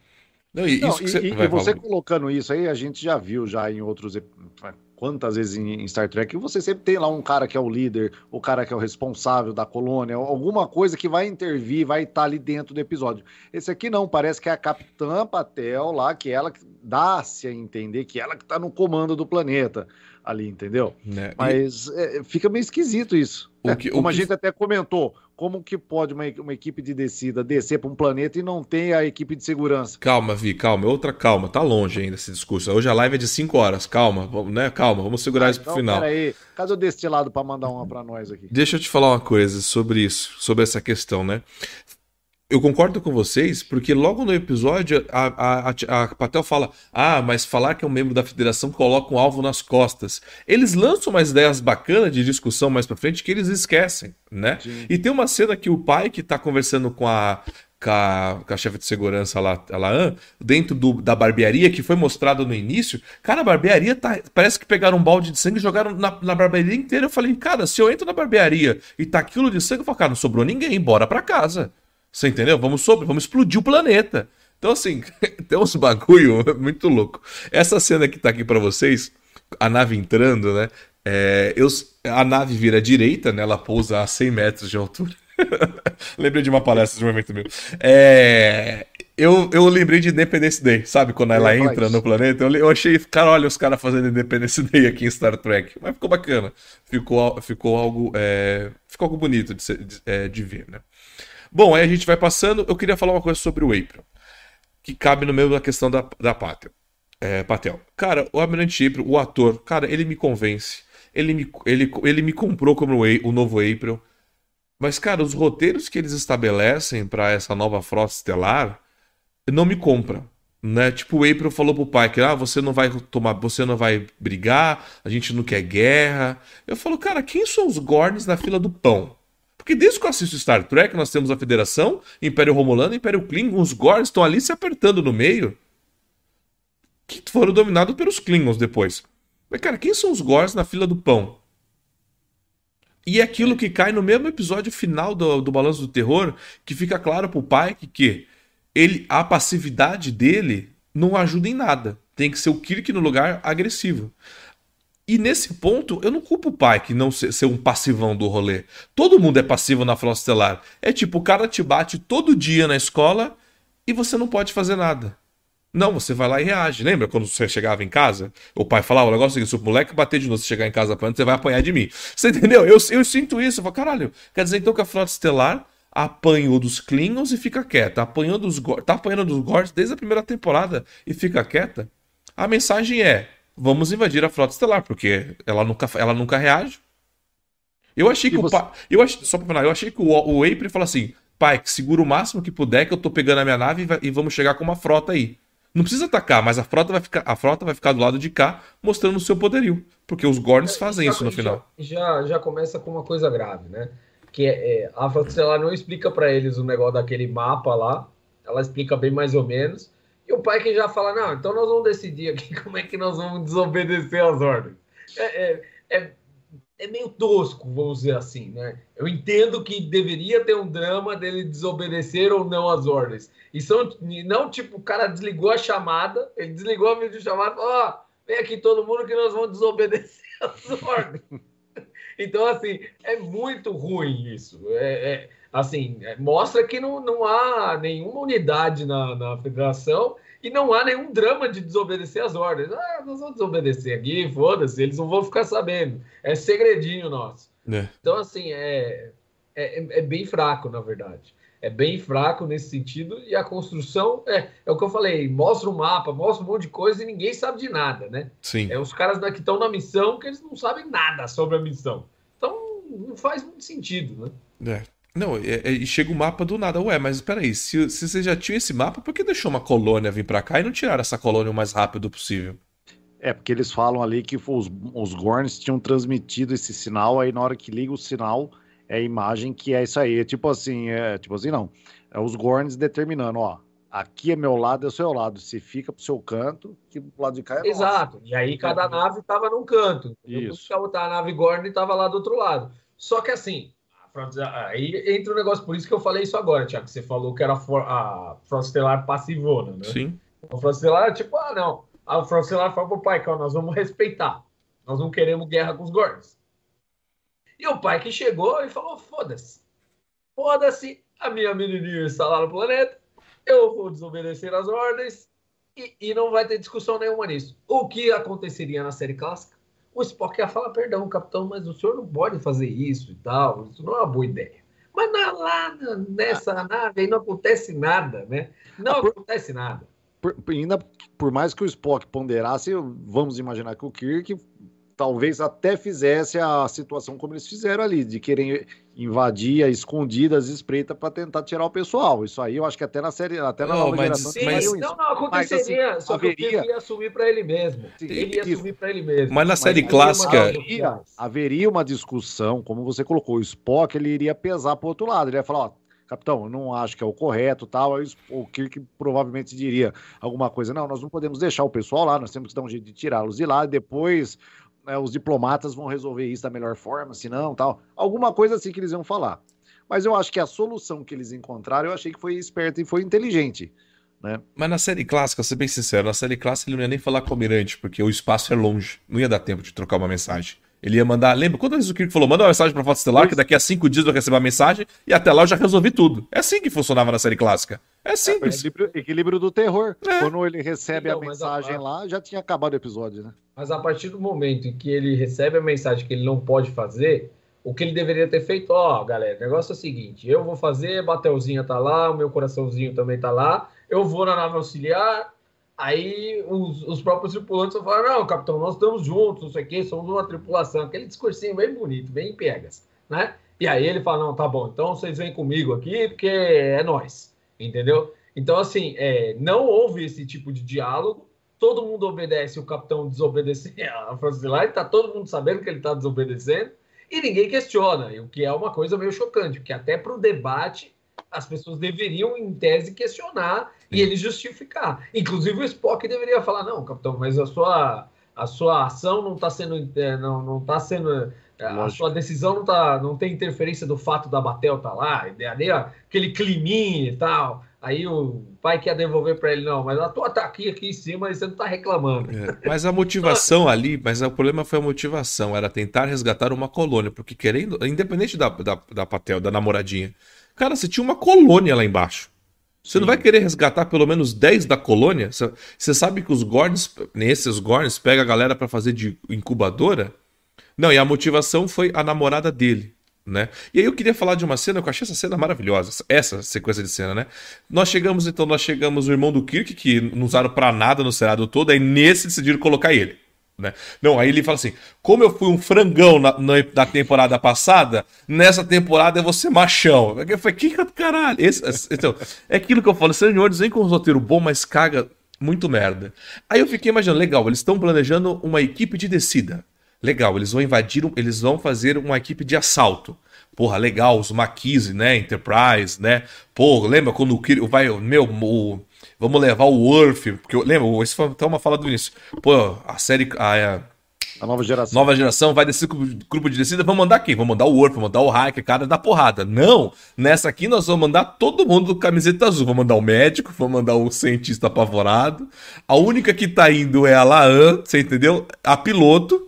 Você colocando isso aí, a gente já viu já em outros quantas vezes em Star Trek, você sempre tem lá um cara que é o líder, o cara que é o responsável da colônia, alguma coisa que vai intervir, vai estar ali dentro do episódio. Esse aqui não, parece que é a Capitã Patel lá, que ela dá-se a entender que ela que tá no comando do planeta ali, entendeu? Mas fica meio esquisito isso. Como a gente até comentou, como que pode uma equipe de descida descer para um planeta e não ter a equipe de segurança? Calma, Vi, calma. Outra calma. Tá longe ainda esse discurso. Hoje a live é de 5 horas. Calma, né? Calma, vamos segurar isso pro final. Peraí, cadê o destilado para mandar uma para nós aqui? Deixa eu te falar uma coisa sobre isso, sobre essa questão, né? Eu concordo com vocês, porque logo no episódio a Patel fala: ah, mas falar que é um membro da federação coloca um alvo nas costas. Eles lançam umas ideias bacanas de discussão mais pra frente que eles esquecem, né? Sim. E tem uma cena que o pai que tá conversando com a chefe de segurança lá, a Laan, dentro da barbearia, que foi mostrado no início. Cara, a barbearia parece que pegaram um balde de sangue e jogaram na barbearia inteira. Eu falei, cara, se eu entro na barbearia e tá aquilo de sangue, eu falo, cara, não sobrou ninguém, bora pra casa. Você entendeu? Vamos explodir o planeta. Então, assim, tem uns bagulho muito louco. Essa cena que tá aqui pra vocês, a nave entrando, né? A nave vira à direita, né? Ela pousa a 100 metros de altura. Lembrei de uma palestra de um momento meu. Eu lembrei de Independence Day, sabe? Quando ela entra no planeta. Eu achei, cara, olha os caras fazendo Independence Day aqui em Star Trek. Mas ficou bacana. Ficou algo bonito de ver, né? Bom, aí a gente vai passando. Eu queria falar uma coisa sobre o April, que cabe no meio da questão da Patel. Cara, o Almirante April, o ator, cara, ele me convence. Ele me comprou como o novo April. Mas, cara, os roteiros que eles estabelecem para essa nova frota estelar não me compram, né? Tipo, o April falou pro pai que você não vai brigar, a gente não quer guerra. Eu falo, cara, quem são os Gorns na fila do pão? Porque desde que eu assisto Star Trek, nós temos a Federação, Império Romulano, Império Klingon, os Gorns estão ali se apertando no meio, que foram dominados pelos Klingons depois. Mas, cara, quem são os Gorns na fila do pão? E é aquilo que cai no mesmo episódio final do Balanço do Terror, que fica claro pro Pike que a passividade dele não ajuda em nada. Tem que ser o Kirk no lugar agressivo. E nesse ponto, eu não culpo o Pike não ser um passivão do rolê. Todo mundo é passivo na Frota Estelar. É tipo, o cara te bate todo dia na escola e você não pode fazer nada. Não, você vai lá e reage. Lembra quando você chegava em casa? O pai falava, o negócio é o seguinte, se o moleque bater de novo, você chegar em casa apanhando, você vai apanhar de mim. Você entendeu? Eu sinto isso. Eu falo, caralho, quer dizer então que a Frota Estelar apanhou dos Klingons e fica quieta. Tá apanhando dos Gords desde a primeira temporada e fica quieta? A mensagem é, vamos invadir a Frota Estelar, porque ela nunca reage. Eu achei que só pra falar, eu achei que o April fala assim, pai, segura o máximo que puder que eu tô pegando a minha nave e vamos chegar com uma frota aí. Não precisa atacar, mas a frota vai ficar do lado de cá, mostrando o seu poderio. Porque os Gorns fazem isso no final. Já começa com uma coisa grave, né? Que a Frota Estelar não explica para eles o negócio daquele mapa lá. Ela explica bem mais ou menos. E o pai que já fala, não, então nós vamos decidir aqui como é que nós vamos desobedecer as ordens. É meio tosco, vamos dizer assim, né? Eu entendo que deveria ter um drama dele desobedecer ou não as ordens. E não tipo, o cara desligou a chamada, ele desligou a videochamada e falou, vem aqui todo mundo que nós vamos desobedecer as ordens. Então, assim, é muito ruim isso. Mostra que não há nenhuma unidade na federação e não há nenhum drama de desobedecer as ordens. Nós vamos desobedecer aqui, foda-se, eles não vão ficar sabendo. É segredinho nosso. Então, assim, é bem fraco, na verdade. é bem fraco nesse sentido, e a construção é o que eu falei, mostra o mapa, mostra um monte de coisa e ninguém sabe de nada, né? Sim. É os caras que estão na missão que eles não sabem nada sobre a missão. Então, não faz muito sentido, né? Não, e chega o mapa do nada. Ué, mas peraí, se você já tinha esse mapa, por que deixou uma colônia vir pra cá e não tiraram essa colônia o mais rápido possível? Porque eles falam ali que os Gorns tinham transmitido esse sinal, aí na hora que liga o sinal, é a imagem que é isso aí. Tipo assim, não. É os Gorns determinando, ó, aqui é meu lado, é o seu lado. Você fica pro seu canto, que pro lado de cá é nosso. Exato. E aí cada nave estava num canto. Isso. A nave Gorn estava lá do outro lado. Só que assim, aí entra o negócio, por isso que eu falei isso agora, Thiago, que você falou que era a Frota Estelar passivona, né? Sim. A Frota Estelar, tipo, não. A Frota Estelar fala pro Pike, nós vamos respeitar. Nós não queremos guerra com os Gorns. E o Pike chegou e falou, foda-se. Foda-se, a minha menininha está lá no planeta, eu vou desobedecer as ordens e não vai ter discussão nenhuma nisso. O que aconteceria na série clássica? O Spock ia falar, perdão, capitão, mas o senhor não pode fazer isso e tal, isso não é uma boa ideia. Mas nessa nave aí não acontece nada, né? Não acontece nada. Ainda por mais que o Spock ponderasse, vamos imaginar que o Kirk talvez até fizesse a situação como eles fizeram ali, de querer invadir a escondidas, espreita para tentar tirar o pessoal. Isso aí eu acho que até na série, até na nova geração. Não aconteceria, mas, assim, só que ele ia assumir para ele mesmo. Ele ia assumir para ele mesmo. Mas na série clássica haveria uma discussão, como você colocou, o Spock ele iria pesar para o outro lado, ele ia falar, ó, capitão, eu não acho que é o correto, tal. Aí o Kirk provavelmente diria alguma coisa, não, nós não podemos deixar o pessoal lá, nós temos que dar um jeito de tirá-los de lá, e depois os diplomatas vão resolver isso da melhor forma, se não, tal. Alguma coisa assim que eles iam falar. Mas eu acho que a solução que eles encontraram, eu achei que foi esperta e foi inteligente, né? Mas na série clássica, vou ser bem sincero, na série clássica ele não ia nem falar com o almirante, porque o espaço é longe, não ia dar tempo de trocar uma mensagem. Ele ia mandar, lembra? Quando o Kirk falou, manda uma mensagem pra Frota Estelar, que daqui a 5 dias eu vou receber a mensagem, e até lá eu já resolvi tudo. É assim que funcionava na série clássica. É simples. Equilíbrio do terror. Quando ele recebe a mensagem lá, já tinha acabado o episódio, né? Mas a partir do momento em que ele recebe a mensagem que ele não pode fazer, o que ele deveria ter feito, galera, o negócio é o seguinte, eu vou fazer, Batelzinha tá lá, o meu coraçãozinho também tá lá, eu vou na nave auxiliar, aí os próprios tripulantes vão falar, não, capitão, nós estamos juntos, não sei o quê, somos uma tripulação, aquele discursinho bem bonito, bem piegas, né? E aí ele fala, não, tá bom, então vocês vêm comigo aqui, porque é nós, entendeu? Então, assim, não houve esse tipo de diálogo, todo mundo obedece, o capitão desobedecer a Frota Estelar, tá todo mundo sabendo que ele tá desobedecendo, e ninguém questiona, o que é uma coisa meio chocante, porque até para o debate as pessoas deveriam, em tese, questionar e ele justificar. Inclusive o Spock deveria falar, não, capitão, mas a sua ação não está sendo... não tá sendo a sua decisão não tem interferência do fato da Batel estar lá, aquele climinha e tal. Aí o pai quer devolver para ele, não, mas a tua tá aqui em cima e você não tá reclamando. Mas a motivação ali, mas o problema foi a motivação, era tentar resgatar uma colônia, porque querendo, independente da Batel, da namoradinha, cara, você tinha uma colônia lá embaixo. Você não vai querer resgatar pelo menos 10 da colônia? Você sabe que os Gorns, nesses Gorns, pega a galera para fazer de incubadora? Não, e a motivação foi a namorada dele, né? E aí eu queria falar de uma cena, que eu achei essa cena maravilhosa, essa sequência de cena, né? Nós chegamos, o irmão do Kirk, que não usaram pra nada no seriado todo, aí nesse decidiram colocar ele, né? Não, aí ele fala assim, como eu fui um frangão na temporada passada, nessa temporada eu vou ser machão. Eu falei, que caralho? Então, é aquilo que eu falo, senhores, vem com um roteiro bom, mas caga muito merda. Aí eu fiquei imaginando, legal, eles estão planejando uma equipe de descida. Legal, eles vão invadir, eles vão fazer uma equipe de assalto. Porra, legal, os Maquis, né, Enterprise, né? Pô, lembra quando o Kirk vai, vamos levar o Worf, porque lembra, isso foi até uma fala do início. Pô, a série, a nova geração vai desse grupo de descida, vamos mandar quem? Vamos mandar o Worf, vamos mandar o Riker, cara da porrada. Não, nessa aqui nós vamos mandar todo mundo do camiseta azul. Vamos mandar o médico, vamos mandar o cientista apavorado. A única que tá indo é a Laan, você entendeu? A piloto.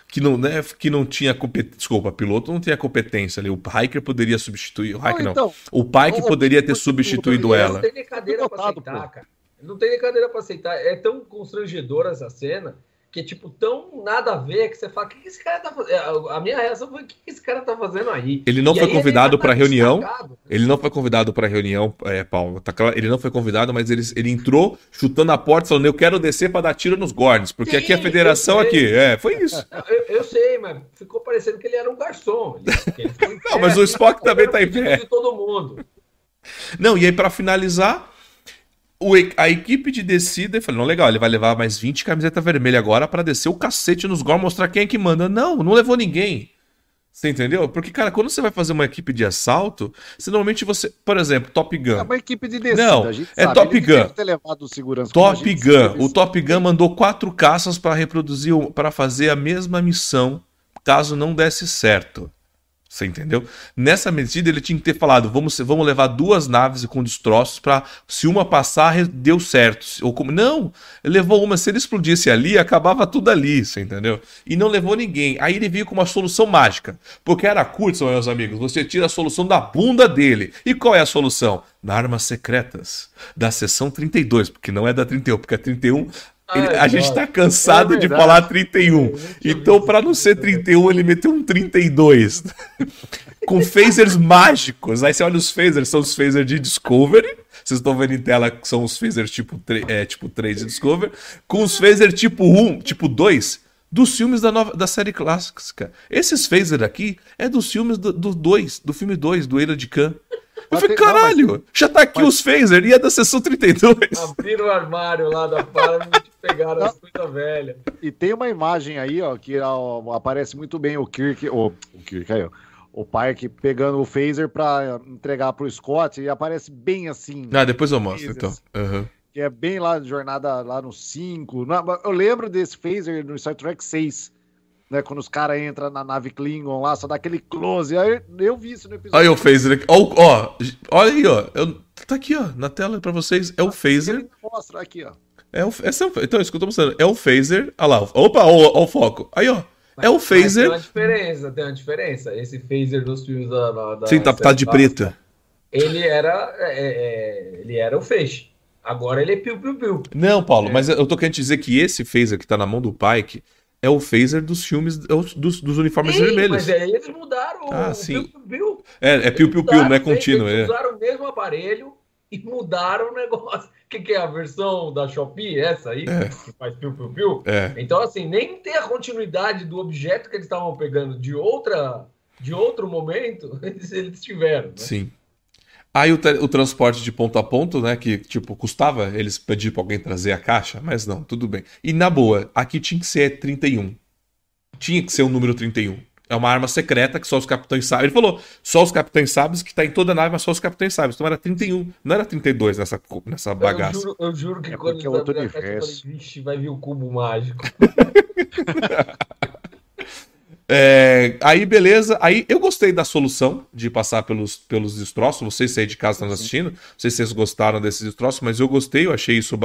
Que não tinha competência. Desculpa, piloto não tinha competência ali. O Riker poderia substituir. O Riker não. O Pike poderia ter substituído ela. Não tem nem cadeira pra aceitar, cara. Não tem nem cadeira pra aceitar. É tão constrangedora essa cena que é tipo tão nada a ver que você fala, o que esse cara tá fazendo? A minha reação foi, o que esse cara tá fazendo aí? Ele não E foi aí convidado tá para reunião. destacado, né? Ele não foi convidado para reunião, Paulo. Tá claro? Ele não foi convidado, mas ele entrou chutando a porta, falando: eu quero descer para dar tiro nos Gorns, porque aqui é a federação aqui. Foi isso. Eu sei, mas ficou parecendo que ele era um garçom. Ele ficou em pé, Não, mas o Spock também tá em pé. de todo mundo. Não, e aí para finalizar, a equipe de descida, eu falei, não, legal, ele vai levar mais 20 camiseta vermelha agora para descer o cacete nos Gorn, mostrar quem é que manda. Não levou ninguém. Você entendeu? Porque, cara, quando você vai fazer uma equipe de assalto, normalmente você, por exemplo, Top Gun. É uma equipe de descida, não, a gente é sabe. Top Ele Gun. deve ter levado o segurança, Top Gun. O Top Gun mandou 4 caças para reproduzir, para fazer a mesma missão, caso não desse certo. Você entendeu? Nessa medida ele tinha que ter falado, vamos levar 2 naves com destroços para, se uma passar, deu certo. Não, ele levou uma, se ele explodisse ali, acabava tudo ali, você entendeu? E não levou ninguém. Aí ele veio com uma solução mágica. Porque era curto, meus amigos, você tira a solução da bunda dele. E qual é a solução? Na Armas Secretas, da seção 32, porque não é da 31, porque a 31... a gente tá cansado de falar 31. Então, para não ser 31, ele meteu um 32. Com phasers mágicos. Aí você olha os phasers, são os phasers de Discovery. Vocês estão vendo em tela que são os phasers tipo 3 de Discovery. Com os phasers tipo 1, tipo 2, dos filmes da série clássica. Esses phasers aqui é dos filmes do filme 2, do Era de Khan. Eu falei, caralho, já tá aqui os phasers e é da sessão 32. Abriram o armário lá da Paramount e pegaram as coisas velhas. E tem uma imagem aí, ó, que aparece muito bem o Kirk aí, ó, o Pike pegando o phaser pra entregar pro Scott e aparece bem assim. Depois eu mostro, então. Uhum. Que é bem lá, jornada lá no 5. Eu lembro desse phaser no Star Trek 6. Né, quando os caras entram na nave Klingon lá, só dá aquele close. Aí eu vi isso no episódio. Aí o phaser aqui. Olha aí, ó. Tá aqui, ó, na tela pra vocês. É o phaser. Mostra aqui, ó. Então, isso que eu tô mostrando. É o phaser. Olha lá. Opa, ó o foco. Aí, ó. É o phaser. Tem uma diferença. Esse phaser dos filmes da sim, tá de preto. Ele era o feixe. Agora ele é piu-piu-piu. Não, Paulo, mas eu tô querendo dizer que esse phaser que tá na mão do Pike é o phaser dos filmes, dos uniformes vermelhos. Mas aí eles mudaram o piu-piu-piu. É piu-piu-piu, não é contínuo. Eles usaram o mesmo aparelho e mudaram o negócio. O que é a versão da Shopee, essa aí, que faz piu-piu-piu? Então, assim, nem tem a continuidade do objeto que eles estavam pegando de outro momento, eles tiveram. Né? Sim. Aí o transporte de ponto a ponto, né, que tipo custava eles pedir pra alguém trazer a caixa, mas não, tudo bem. E na boa, aqui tinha que ser 31. Tinha que ser o número 31. É uma arma secreta que só os capitães sabem. Ele falou, só os capitães sabem, que tá em toda a nave, mas só os capitães sabem. Então era 31, não era 32 nessa bagaça. Eu juro que quando eu falei, vixe, vai vir o cubo mágico. Aí beleza, aí eu gostei da solução de passar pelos destroços, vocês aí de casa estão assistindo, não sei se vocês gostaram desses destroços, mas eu gostei, eu achei isso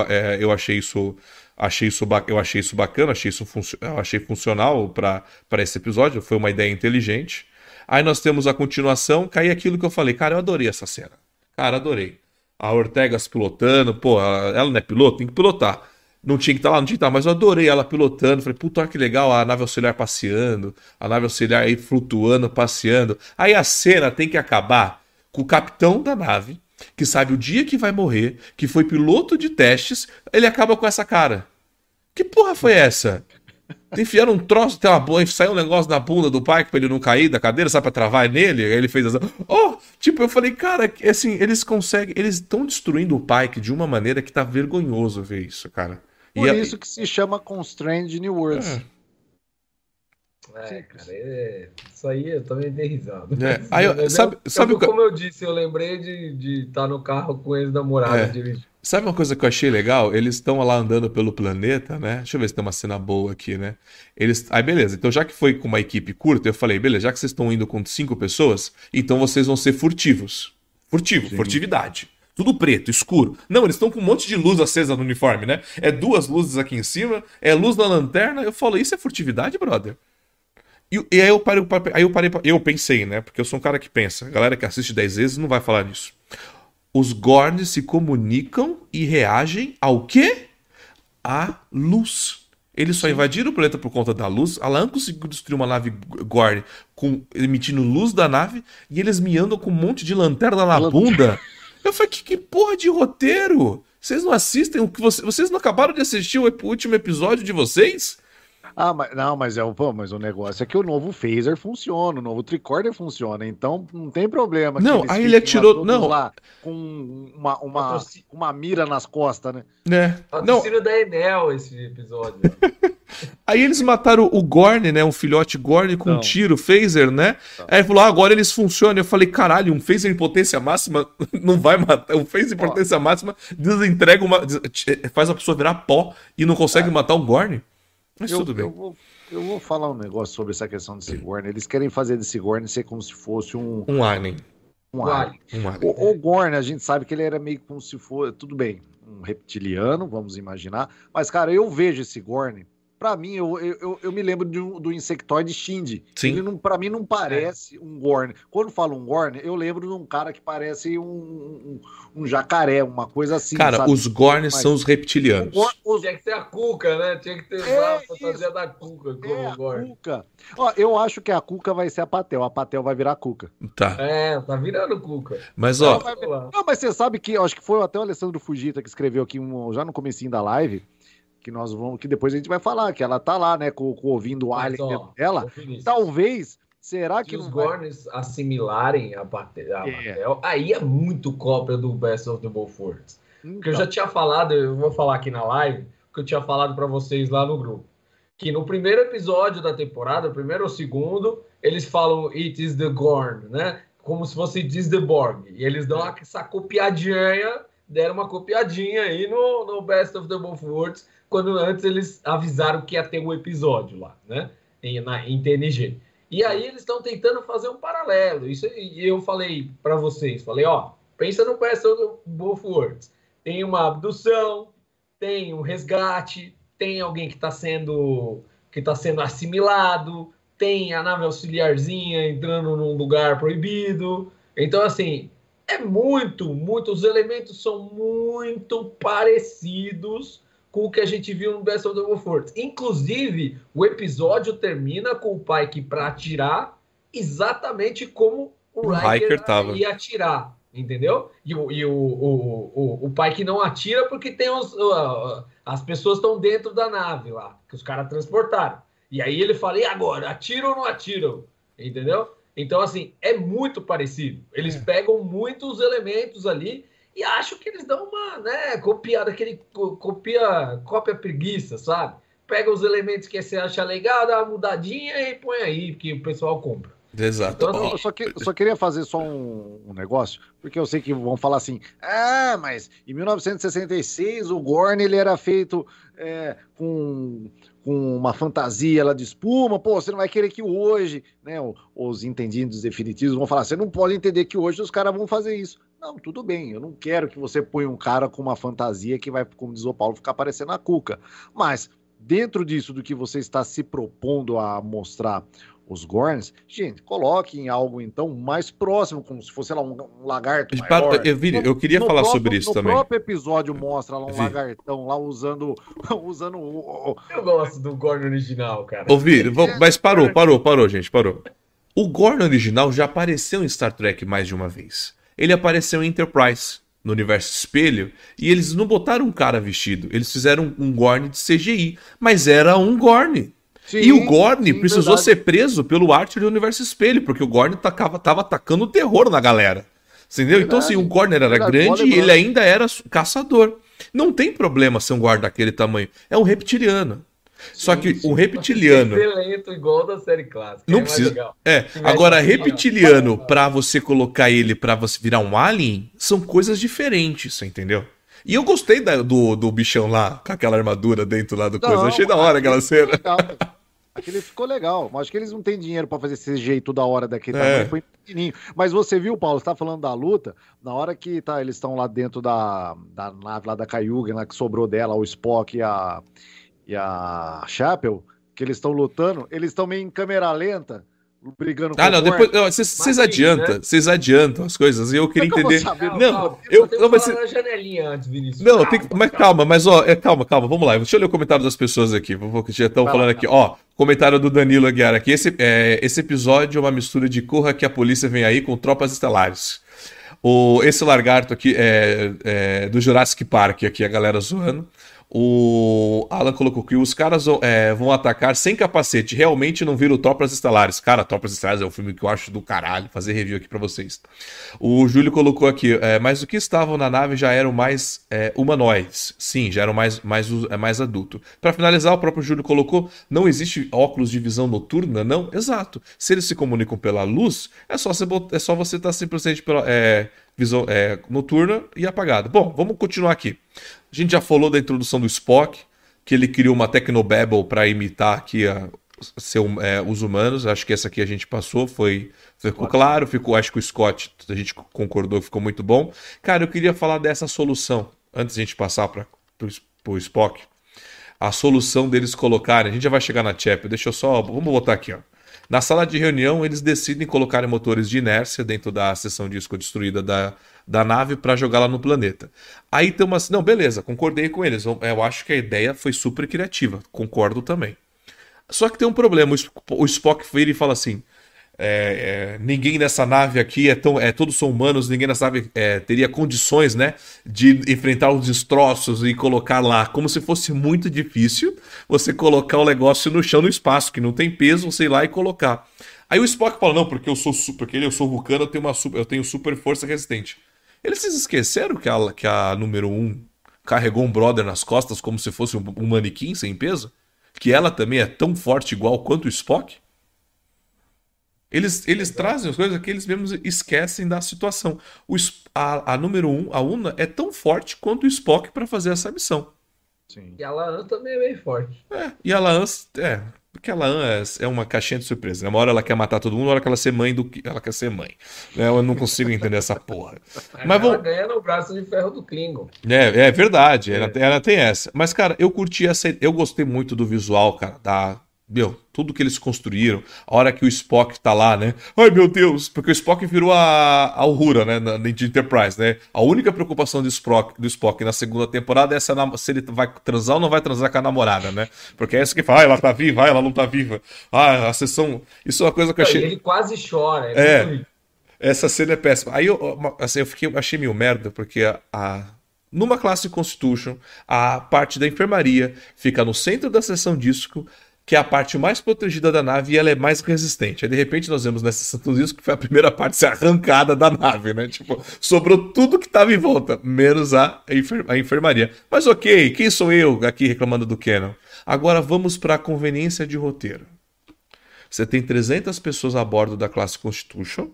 bacana, eu achei funcional para esse episódio, foi uma ideia inteligente. Aí nós temos a continuação, que aí é aquilo que eu falei, cara, eu adorei essa cena, cara, adorei. A Ortega se pilotando, pô, ela não é piloto, tem que pilotar. Não tinha que estar lá, não tinha que estar, mas eu adorei ela pilotando. Falei, puta, olha que legal, a nave auxiliar passeando, a nave auxiliar aí flutuando, passeando. Aí a cena tem que acabar com o capitão da nave, que sabe o dia que vai morrer, que foi piloto de testes, ele acaba com essa cara. Que porra foi essa? Enfiaram um troço, saiu um negócio na bunda do Pike pra ele não cair da cadeira, sabe, pra travar nele, aí ele fez assim, eu falei, cara, assim, eles estão destruindo o Pike de uma maneira que tá vergonhoso ver isso, cara. Por isso que se chama Constrained New Worlds. Cara, isso aí eu também dei risada. Como eu disse, eu lembrei de estar no carro com ex-namorado dirigindo. Sabe uma coisa que eu achei legal? Eles estão lá andando pelo planeta, né? Deixa eu ver se tem uma cena boa aqui, né? Aí beleza, então já que foi com uma equipe curta, eu falei, beleza, já que vocês estão indo com 5 pessoas, então vocês vão ser furtivos. Furtividade. Tudo preto, escuro. Não, eles estão com um monte de luz acesa no uniforme, né? É 2 luzes aqui em cima, é luz na lanterna. Eu falo, isso é furtividade, brother? E aí eu pensei, né? Porque eu sou um cara que pensa. A galera que assiste 10 vezes não vai falar disso. Os Gorns se comunicam e reagem ao quê? À luz. Eles só invadiram o planeta por conta da luz. Alan conseguiu destruir uma nave Gorn emitindo luz da nave e eles me andam com um monte de lanterna na bunda. Eu falei, que porra de roteiro? Vocês não assistem o que vocês não acabaram de assistir o último episódio de vocês? Mas o negócio é que o novo phaser funciona, o novo tricorder funciona, então não tem problema. Não, aí ele atirou. Não. Lá com uma mira nas costas, né? Patrocínio da Enel esse episódio. Aí eles mataram o Gorn, né? Um filhote Gorn com um tiro, phaser, né? Aí ele falou, agora eles funcionam. Eu falei, caralho, um phaser em potência máxima não vai matar. Um phaser em potência máxima desentrega faz a pessoa virar pó e não consegue matar um Gorn. Mas tudo bem. Eu vou falar um negócio sobre essa questão desse Gorn. Eles querem fazer desse Gorn ser como se fosse um alien. Um alien. O Gorn, a gente sabe que ele era meio como se fosse, tudo bem, um reptiliano, vamos imaginar. Mas, cara, eu vejo esse Gorn, pra mim, eu me lembro do insectoide Shinji. Sim. Ele, pra mim, não parece um Gorn. Quando falo um Gorn, eu lembro de um cara que parece um jacaré, uma coisa assim. Cara, sabe? os Gorns são os reptilianos. Tinha que ter a Cuca, né? Tinha que ter a fantasia da Cuca como o Gorn. Cuca. Ó, eu acho que a Cuca vai ser a Patel vai virar a Cuca. Tá. Tá virando Cuca. Mas, ó... Não, mas você sabe que, acho que foi até o Alessandro Fujita que escreveu aqui já no comecinho da live, que depois a gente vai falar, que ela tá lá, né, com ouvindo o alien dentro dela. Talvez, será que os Gorns assimilarem a Patel, aí é muito cópia do Best of the Both Worlds. Porque eu já tinha falado, eu vou falar aqui na live, que eu tinha falado pra vocês lá no grupo, que no primeiro episódio da temporada, primeiro ou segundo, eles falam It is the Gorn, né? Como se fosse It is the Borg. E eles dão essa copiadinha, deram uma copiadinha aí no Best of the Both Worlds, quando antes eles avisaram que ia ter um episódio lá, né? Em TNG. E aí eles estão tentando fazer um paralelo. Isso, e eu falei para vocês, pensa no Best of the Both Worlds. Tem uma abdução, tem um resgate, tem alguém que está sendo assimilado, tem a nave auxiliarzinha entrando num lugar proibido. Então, assim, os elementos são muito parecidos com o que a gente viu no Best of the Both Worlds. Inclusive, o episódio termina com o Pike para atirar exatamente como o Riker ia atirar, entendeu? E o Pike não atira porque tem as pessoas estão dentro da nave lá, que os caras transportaram. E aí ele fala, e agora? Atiram ou não atiram? Entendeu? Então, assim, é muito parecido. Eles pegam muitos elementos ali e acho que eles dão uma, né, cópia preguiça, sabe? Pega os elementos que você acha legal, dá uma mudadinha e põe aí, porque o pessoal compra. Exato. Então, eu só queria fazer só um negócio, porque eu sei que vão falar assim, mas em 1966 o Gorn ele era feito com uma fantasia lá de espuma, você não vai querer que hoje, né, os entendidos definitivos vão falar, você não pode entender que hoje os caras vão fazer isso. Não, tudo bem, eu não quero que você ponha um cara com uma fantasia que vai, como diz o Paulo, ficar parecendo a Cuca. Mas, dentro disso do que você está se propondo a mostrar os Gorns, gente, coloque em algo, então, mais próximo, como se fosse, sei lá, um lagarto maior. Eu queria falar sobre isso também. No próprio episódio mostra lá um lagartão lá usando o... Eu gosto do Gorn original, cara. Mas parou, gente, parou. O Gorn original já apareceu em Star Trek mais de uma vez. Ele apareceu em Enterprise, no universo espelho, e eles não botaram um cara vestido, eles fizeram um Gorn de CGI, mas era um Gorn. Sim, e o Gorn precisou ser preso pelo Archer do universo espelho, porque o Gorn tava atacando o terror na galera. Entendeu? Então, assim, o Gorn era grande e ele ainda era caçador. Não tem problema ser um Gorn daquele tamanho. É um reptiliano. Só que o reptiliano... Excelente, igual da série clássica. Não precisa. Agora, reptiliano, pra você colocar ele pra você virar um alien, são coisas diferentes, você entendeu? E eu gostei do bichão lá, com aquela armadura dentro lá do coisa. Eu achei da hora aquela cena. Aquele ficou legal. Mas acho que eles não têm dinheiro pra fazer esse jeito da hora daquele tamanho. Foi pequenininho. Mas você viu, Paulo, você tá falando da luta, na hora que eles estão lá dentro da nave lá da Cayuga, lá que sobrou dela, o Spock e a Chapel, que eles estão lutando, eles estão meio em câmera lenta, brigando Ah, não, com o depois. Vocês Mas, adiantam, né? vocês adiantam as coisas e eu queria Como é que eu entender. vou saber? Não, Eu tenho não, que mas. falar na janelinha antes, Vinícius. Não, mas calma, mas ó, calma, vamos lá. Deixa eu ler o comentário das pessoas aqui. Que já estão falando aqui. Ó, comentário do Danilo Aguiar aqui. Esse episódio é uma mistura de Corra que a polícia vem aí com Tropas Estelares. Esse lagarto aqui é do Jurassic Park, aqui a galera zoando. O Alan colocou que os caras vão atacar sem capacete. Realmente não viram Tropas Estelares. Cara, Tropas Estelares é um filme que eu acho do caralho. Fazer review aqui pra vocês. O Júlio colocou aqui, mas o que estavam na nave já eram mais humanoides. Sim, já eram mais adulto. Pra finalizar, o próprio Júlio colocou, não existe óculos de visão noturna? Não? Exato. Se eles se comunicam pela luz, é só você estar simplesmente pela visão noturna e apagada. Bom, vamos continuar aqui. A gente já falou da introdução do Spock, que ele criou uma Technobabble para imitar aqui os humanos. Acho que essa aqui a gente passou, ficou claro, acho que o Scott, a gente concordou, ficou muito bom. Cara, eu queria falar dessa solução, antes de a gente passar para o Spock. A solução deles colocarem, a gente já vai chegar na Chapel, vamos botar aqui, ó. Na sala de reunião, eles decidem colocar motores de inércia dentro da seção disco destruída da nave para jogá-la no planeta. Aí tem uma... Não, beleza, concordei com eles. Eu acho que a ideia foi super criativa. Concordo também. Só que tem um problema. O Spock vira e fala assim... ninguém nessa nave aqui todos são humanos, ninguém nessa nave teria condições, né, de enfrentar os destroços e colocar lá, como se fosse muito difícil você colocar o negócio no chão, no espaço, que não tem peso, você ir lá e colocar. Aí o Spock fala, não, porque eu sou vulcano, eu tenho super força resistente. Eles esqueceram que a número 1 carregou um brother nas costas como se fosse um manequim sem peso? Que ela também é tão forte igual quanto o Spock? Eles trazem as coisas que eles mesmos esquecem da situação. A número 1, a Una, é tão forte quanto o Spock para fazer essa missão. Sim. E a Laan também é bem forte. E a Laan, porque a Laan é uma caixinha de surpresa. Uma hora ela quer matar todo mundo, uma hora que ela ela quer ser mãe. Eu não consigo entender essa porra. Mas ela ganha no braço de ferro do Klingon. É verdade, ela tem essa. Mas, cara, eu curti eu gostei muito do visual, cara, tudo que eles construíram, a hora que o Spock tá lá, né? Ai, meu Deus! Porque o Spock virou a Uhura, né? De Enterprise, né? A única preocupação do Spock na segunda temporada é se ele vai transar ou não vai transar com a namorada, né? Porque é isso que fala, ela tá viva, ela não tá viva. A sessão... Isso é uma coisa que eu achei... Ele quase chora. Essa cena é péssima. Aí eu achei meio merda, porque numa classe Constitution, a parte da enfermaria fica no centro da seção disco, que é a parte mais protegida da nave e ela é mais resistente. Aí, de repente, nós vemos nessa seção disco que foi a primeira parte ser arrancada da nave, né? Tipo, sobrou tudo que estava em volta, menos a enfermaria. Mas ok, quem sou eu aqui reclamando do Canon? Agora vamos para a conveniência de roteiro. Você tem 300 pessoas a bordo da classe Constitution.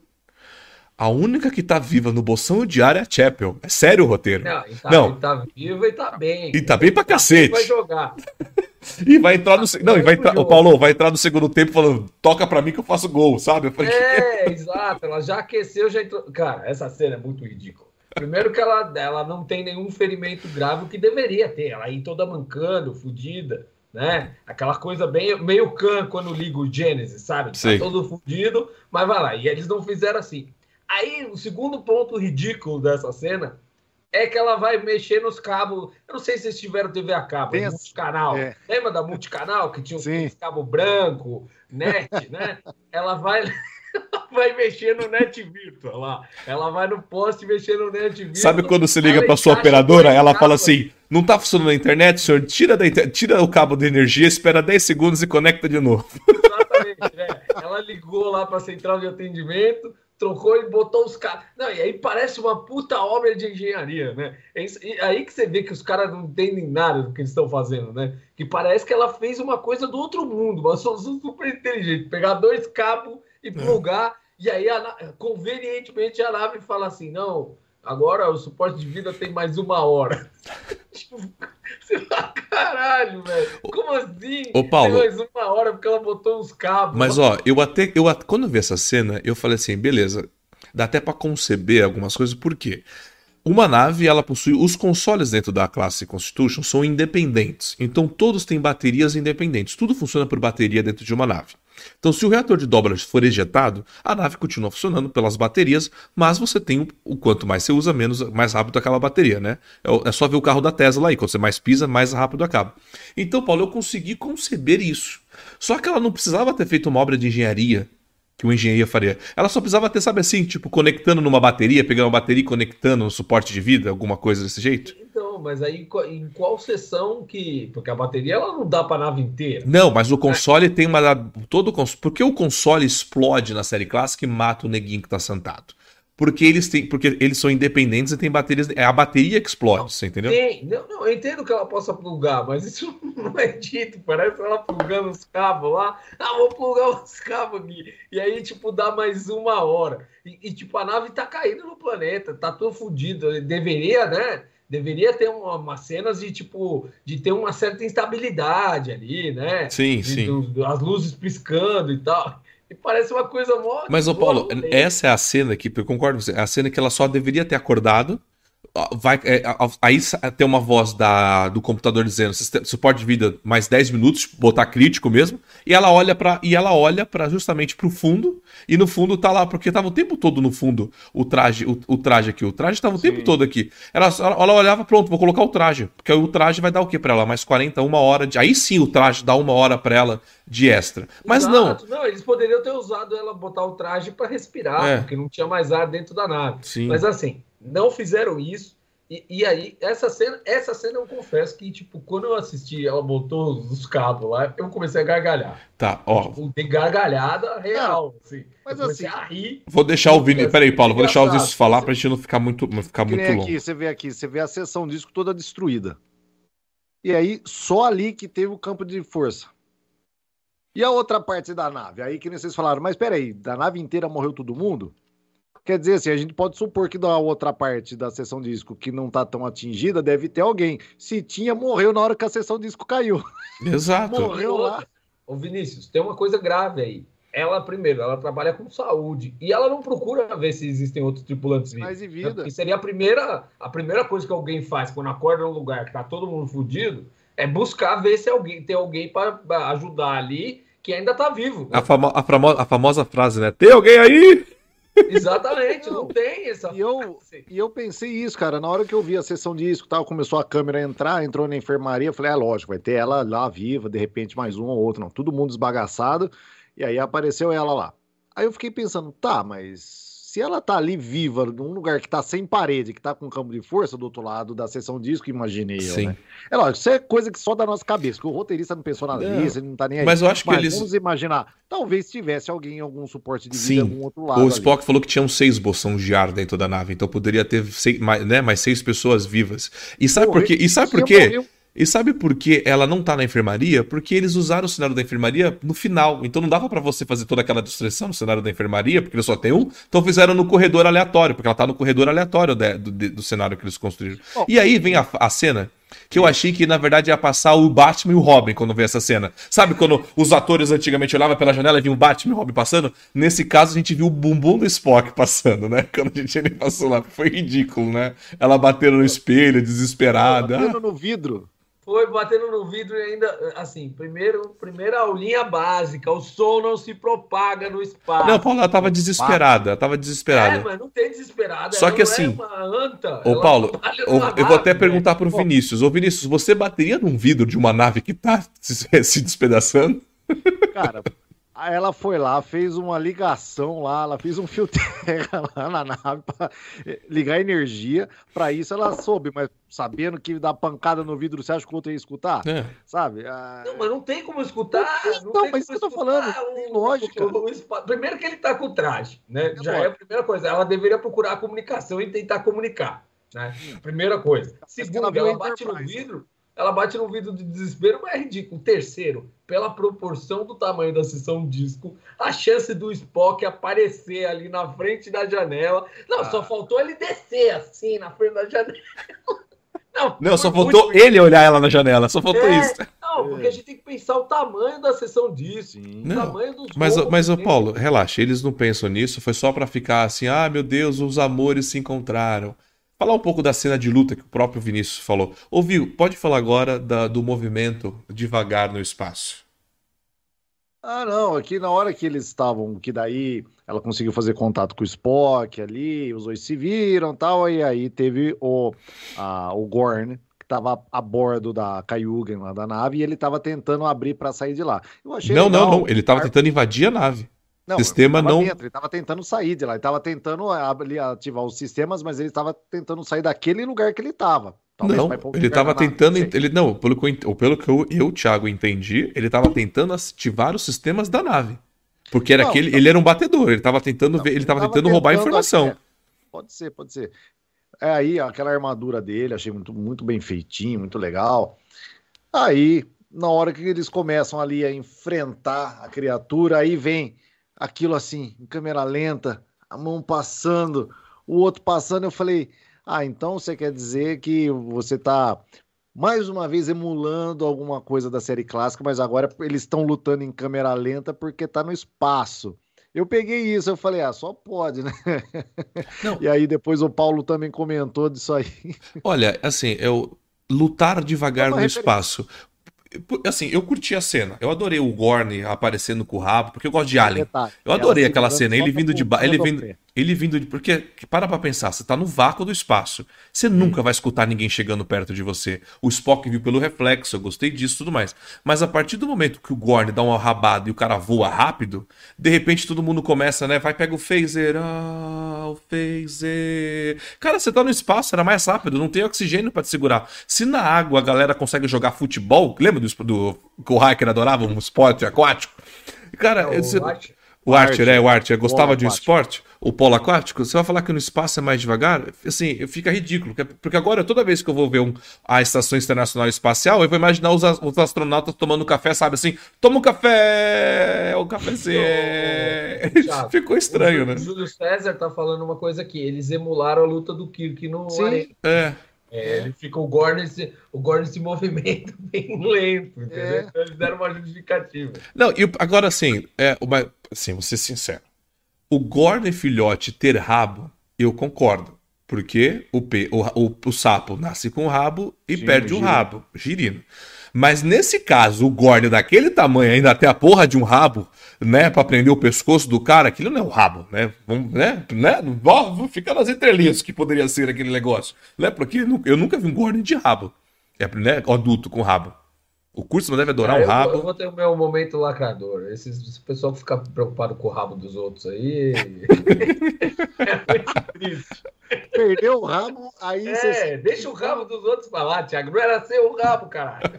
A única que tá viva no bolsão diário é a Chapel. É sério o roteiro. Não. Ele tá viva e tá bem. E tá bem pra cacete. Vai jogar. E vai entrar no... o Paulo vai entrar no segundo tempo falando, toca pra mim que eu faço gol, sabe? Eu falei, exato. Ela já aqueceu, já entrou... Cara, essa cena é muito ridícula. Primeiro que ela não tem nenhum ferimento grave, o que deveria ter. Ela aí toda mancando, fodida, né? Aquela coisa meio Khan quando liga o Genesis, sabe? Tá todo fudido, mas vai lá. E eles não fizeram assim. Aí, o segundo ponto ridículo dessa cena é que ela vai mexer nos cabos. Eu não sei se vocês tiveram TV a cabo, multicanal. Lembra da multicanal, que tinha um cabo branco, net, né? Ela vai mexer no net virtual lá. Ela vai no poste mexer no net virtual. Sabe quando você liga para sua operadora, ela fala assim, não tá funcionando a internet, senhor? Tira o cabo de energia, espera 10 segundos e conecta de novo. Exatamente, Ela ligou lá para a central de atendimento, trocou e botou os caras. Não, e aí parece uma puta obra de engenharia, né? Aí que você vê que os caras não entendem nada do que eles estão fazendo, né? Que parece que ela fez uma coisa do outro mundo, uma solução super inteligente. Pegar 2 cabos e plugar, e aí convenientemente a nave fala assim: não, agora o suporte de vida tem mais 1 hora. Tipo, você fala, caralho, velho. Como assim? Ô, Paulo, tem mais 1 hora porque ela botou uns cabos. Mas, quando eu vi essa cena, eu falei assim, beleza, dá até pra conceber algumas coisas, por quê? Uma nave, ela possui... Os consoles dentro da classe Constitution são independentes. Então, todos têm baterias independentes. Tudo funciona por bateria dentro de uma nave. Então, se o reator de dobras for ejetado, a nave continua funcionando pelas baterias, mas você tem o quanto mais você usa, mais rápido acaba a bateria, né? É só ver o carro da Tesla aí, quando você mais pisa, mais rápido acaba. Então, Paulo, eu consegui conceber isso. Só que ela não precisava ter feito uma obra de engenharia que uma engenharia faria. Ela só precisava ter, sabe assim, tipo, conectando numa bateria, pegando uma bateria e conectando no suporte de vida, alguma coisa desse jeito? Então, mas aí em qual seção que... Porque a bateria ela não dá para a nave inteira. Não, mas o console tem uma... Porque o console explode na série clássica e mata o neguinho que tá sentado. Porque eles são independentes e tem baterias. É a bateria que explode, você entendeu? Não, eu entendo que ela possa plugar, mas isso não é dito. Parece ela plugando os cabos lá. Vou plugar os cabos aqui. E aí, tipo, dá mais 1 hora. Tipo, a nave tá caindo no planeta, tá tudo fodido. Deveria, né? Deveria ter umas cenas de, tipo, de ter uma certa instabilidade ali, né? Sim, sim. As luzes piscando e tal. E parece uma coisa mó... Mas, ô Paulo, essa é a cena que, eu concordo com você, é a cena que ela só deveria ter acordado. Aí tem uma voz do computador dizendo suporte de vida mais 10 minutos, botar crítico mesmo, e ela olha para justamente pro fundo, e no fundo tá lá, porque tava o tempo todo no fundo o traje aqui, o traje tava o tempo todo aqui. Ela olhava, pronto, vou colocar o traje, porque o traje vai dar o que pra ela? Mais 40, 1 hora aí sim o traje dá 1 hora pra ela de extra. Mas Exato. Não, eles poderiam ter usado ela, botar o traje para respirar, porque não tinha mais ar dentro da nave. Sim. Mas assim, não fizeram isso. E aí, essa cena eu confesso que, tipo, quando eu assisti, ela botou os cabos lá, eu comecei a gargalhar. Tá, ó. Tipo, de gargalhada real, assim. Mas eu comecei assim, a rir. Vou deixar o Vini. Peraí, Paulo, vou deixar o Vinícius falar pra gente não ficar muito longo. Você vê a seção disco toda destruída. E aí, só ali que teve o campo de força. E a outra parte da nave? Aí que vocês falaram, mas peraí, da nave inteira morreu todo mundo? Quer dizer, assim, a gente pode supor que da outra parte da seção disco que não tá tão atingida, deve ter alguém. Se tinha, morreu na hora que a seção disco caiu. Exato. Morreu lá. Ô Vinícius, tem uma coisa grave aí. Ela trabalha com saúde. E ela não procura ver se existem outros tripulantes vivos. Mais em vida. Porque seria a primeira coisa que alguém faz quando acorda num lugar que tá todo mundo fudido, é buscar ver se tem alguém para ajudar ali que ainda tá vivo. Né? A famosa frase, né? Tem alguém aí? Exatamente, não tem essa E eu pensei isso, cara, na hora que eu vi a sessão de disco, tal, começou a câmera a entrar, entrou na enfermaria, eu falei, lógico, vai ter ela lá viva, de repente mais um ou outro, não, todo mundo esbagaçado, e aí apareceu ela lá. Aí eu fiquei pensando, tá, mas se ela tá ali viva, num lugar que tá sem parede, que tá com campo de força do outro lado da seção disco, imaginei eu, né? É lógico, isso é coisa que só da nossa cabeça, que o roteirista não pensou nada disso, ele não tá nem aí. Mas eu acho que eles... vamos imaginar, talvez tivesse alguém em algum suporte de vida em algum outro lado. O Spock falou que tinham 6 bolsões de ar dentro da nave, então poderia ter mais 6 pessoas vivas. E sabe por quê? E sabe por que ela não tá na enfermaria? Porque eles usaram o cenário da enfermaria no final. Então não dava pra você fazer toda aquela destruição no cenário da enfermaria, porque ele só tem um. Então fizeram no corredor aleatório, porque ela tá no corredor aleatório do cenário que eles construíram. E aí vem a cena que eu achei que na verdade ia passar o Batman e o Robin quando veio essa cena. Sabe quando os atores antigamente olhavam pela janela e viam o Batman e o Robin passando? Nesse caso a gente viu o bumbum do Spock passando, né? Quando ele passou lá. Foi ridículo, né? Ela batendo no espelho, desesperada. Batendo no vidro. Foi batendo no vidro e ainda, assim, primeira aulinha básica, o som não se propaga no espaço. Não, Paulo, ela tava desesperada, mas não tem desesperada. Só que assim, uma anta. Ô Paulo, eu vou até perguntar pro Vinícius. Ô Vinícius, você bateria num vidro de uma nave que tá se despedaçando? Cara, ela foi lá, fez uma ligação lá, ela fez um fio terra lá na nave para ligar energia. Para isso ela soube, mas sabendo que dar pancada no vidro, você acha que o outro ia escutar? Sabe? Não, mas não tem como escutar. Não, mas isso que eu tô falando, tem lógica. Primeiro que ele tá com o traje, né? Já é a primeira coisa. Ela deveria procurar a comunicação e tentar comunicar, né? Primeira coisa. Segundo, ela bate no vidro. Ela bate no vidro de desespero, mas é ridículo. Terceiro, pela proporção do tamanho da seção disco, a chance do Spock aparecer ali na frente da janela. Não, só faltou ele descer assim na frente da janela. Não, só faltou ele olhar ela na janela. Só faltou isso. Não, porque a gente tem que pensar o tamanho da seção disco. O tamanho dos mas Paulo, relaxa. Eles não pensam nisso. Foi só pra ficar assim, meu Deus, os amores se encontraram. Falar um pouco da cena de luta que o próprio Vinícius falou. Ouviu? Pode falar agora do movimento devagar no espaço. Ah, não, aqui na hora que eles estavam, que daí ela conseguiu fazer contato com o Spock ali, os dois se viram e tal, e aí teve o Gorn, que estava a bordo da Cayuga lá da nave, e ele estava tentando abrir para sair de lá. Eu achei Não, não, legal. não. Ele tava tentando invadir a nave. O Não, ele sistema estava não. dentro, ele estava tentando sair de lá, ele estava tentando ali, ativar os sistemas, mas ele estava tentando sair daquele lugar que ele estava. Talvez Não, para ir para outro ele lugar estava da nave, não tentando. sei. Ele, não, pelo que eu, Thiago, entendi, ele estava tentando ativar os sistemas da nave. Porque era Não, aquele, então, ele era um batedor, ele estava tentando então, ver, ele ele estava estava tentando roubar a tentando. informação. Pode ser, pode ser. É aí, aquela armadura dele, achei muito, muito bem feitinho, muito legal. Aí, na hora que eles começam ali a enfrentar a criatura, aí vem aquilo assim, em câmera lenta, a mão passando, o outro passando. Eu falei, ah, então você quer dizer que você tá mais uma vez emulando alguma coisa da série clássica, mas agora eles estão lutando em câmera lenta porque tá no espaço. Eu peguei isso, eu falei, ah, só pode, né? Não, E aí depois o Paulo também comentou disso aí. olha, assim, eu lutar Só devagar uma no referência. espaço. Assim, eu curti a cena. Eu adorei o Gorn aparecendo com o rabo, porque eu gosto de Alien. Detalhe, Eu ela adorei aquela segurando cena, só ele com a vindo de pontinha do pé. ele vindo de, porque para pra pensar, você tá no vácuo do espaço. Você nunca vai escutar ninguém chegando perto de você. O Spock viu pelo reflexo, eu gostei disso e tudo mais. Mas a partir do momento que o Gorn dá uma rabada e o cara voa rápido, de repente todo mundo começa, né? Vai, pega o phaser, o phaser. Cara, você tá no espaço, era mais rápido, não tem oxigênio pra te segurar. Se na água a galera consegue jogar futebol, lembra do que o Hiker adorava, um esporte aquático? Cara, É o Watch. o Archer, o Archer Polo gostava de um aquático. esporte, o polo aquático, você vai falar que no espaço é mais devagar? Assim, fica ridículo. Porque agora, toda vez que eu vou ver a Estação Internacional Espacial, eu vou imaginar os astronautas tomando café, sabe assim? Toma um café! O cafezinho! Thiago, Ficou estranho, o né? Júlio César tá falando uma coisa aqui. Eles emularam a luta do Kirk no Sim, Arena. É. Ele fica o Gorn se movimenta bem lento, entendeu? é. Então eles deram uma justificativa. Não, e agora assim, assim, vou ser sincero. O Gordon filhote ter rabo, eu concordo. Porque o sapo nasce com o rabo e perde o Girino. rabo, girino. Mas nesse caso, o Gordon daquele tamanho ainda tem a porra de um rabo, né, pra prender o pescoço do cara, aquilo não é um rabo, né? Vamos, né? Ó, fica nas entrelinhas que poderia ser aquele negócio, né? Porque eu nunca vi um Gordon de rabo, né, adulto com rabo. O Kurtzman deve adorar um Eu rabo. vou ter o meu momento lacrador. Esse pessoal que fica preocupado com o rabo dos outros aí. É muito triste. Perdeu o rabo, aí você. Deixa o rabo dos outros pra lá, Thiago. Não era seu rabo, caralho.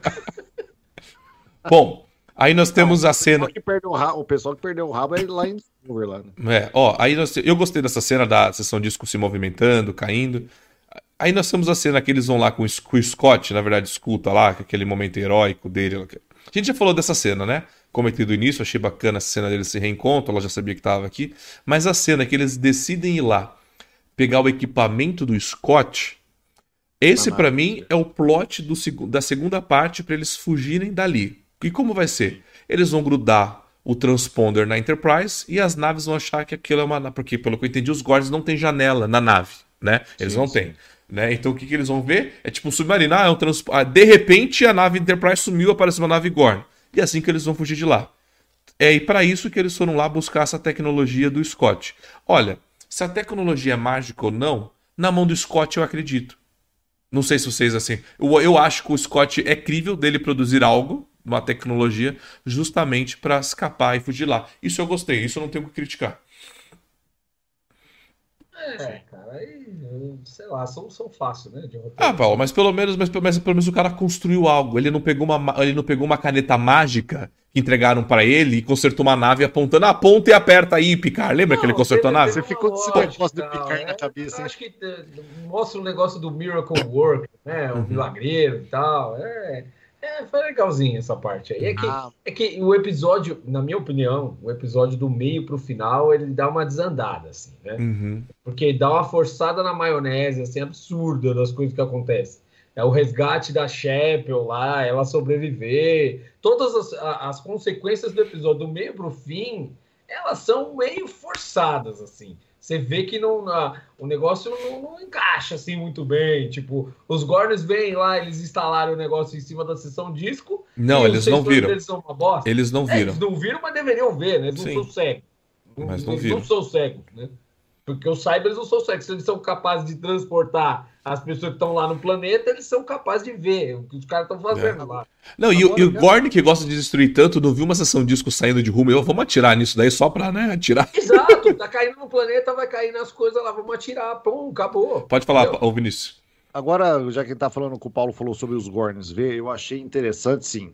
Bom, aí nós Não, temos a o cena. pessoal que perdeu o pessoal que perdeu o rabo é lá em Discover, lá, né? Ó, aí eu gostei dessa cena da sessão disco se movimentando, caindo. Aí nós temos a cena que eles vão lá com o Scott, na verdade, escuta lá, com aquele momento heróico dele. A gente já falou dessa cena, né? Comentei do início, achei bacana essa cena deles se reencontram, ela já sabia que estava aqui. Mas a cena que eles decidem ir lá pegar o equipamento do Scott, esse Na pra nave. mim é o plot da segunda parte pra eles fugirem dali. E como vai ser? Eles vão grudar o transponder na Enterprise e as naves vão achar que aquilo é uma nave. Porque, pelo que eu entendi, os Gords não têm janela na nave, né? Eles não têm. Né? Então o que eles vão ver? É tipo um submarino. É um de repente a nave Enterprise sumiu, apareceu uma nave Gorn. E é assim que eles vão fugir de lá. E para isso que eles foram lá buscar essa tecnologia do Scott. Olha, se a tecnologia é mágica ou não, na mão do Scott eu acredito. Não sei se vocês assim. Eu acho que o Scott é crível dele produzir algo, uma tecnologia, justamente para escapar e fugir lá. Isso eu gostei, isso eu não tenho o que criticar. Cara, aí, sei lá, solução fácil, né? De Ah, roteiro. Paulo, mas pelo menos o cara construiu algo. Ele não pegou uma caneta mágica que entregaram para ele e consertou uma nave apontando a ponta e aperta aí, Picard. Lembra que ele consertou a nave? Você ficou com esse negócio de picar na cabeça, hein? Acho que mostra o negócio do Miracle Work, né? O milagreiro e tal. Foi legalzinho essa parte aí. É que o episódio, na minha opinião, o episódio do meio pro final, ele dá uma desandada, assim, né? Uhum. Porque dá uma forçada na maionese, assim, absurda das coisas que acontecem. É o resgate da Chapel lá, ela sobreviver. Todas as consequências do episódio, do meio pro fim, elas são meio forçadas, assim. Você vê que o negócio não encaixa assim muito bem. Tipo, os Gorns vêm lá, eles instalaram o negócio em cima da seção disco Não, e os eles não sensores viram. deles são uma bosta. Eles não Eles viram. não viram, mas deveriam ver, né? Eles não são Sim, cegos. mas não Eles não viram. são cegos, né? Porque eu saiba, eles não são cegos. Se eles são capazes de transportar as pessoas que estão lá no planeta, eles são capazes de ver o que os caras estão fazendo lá. Não, e Agora, o Gorn, que gosta de destruir tanto, não viu uma sessão disco saindo de rumo. Vamos atirar nisso daí só pra, né, atirar. Exato, tá caindo no planeta, vai cair nas coisas lá, vamos atirar, pum, acabou. Pode falar, Entendeu? ô Vinícius. agora, já que tá falando que o Paulo falou sobre os Gorns V, eu achei interessante, sim.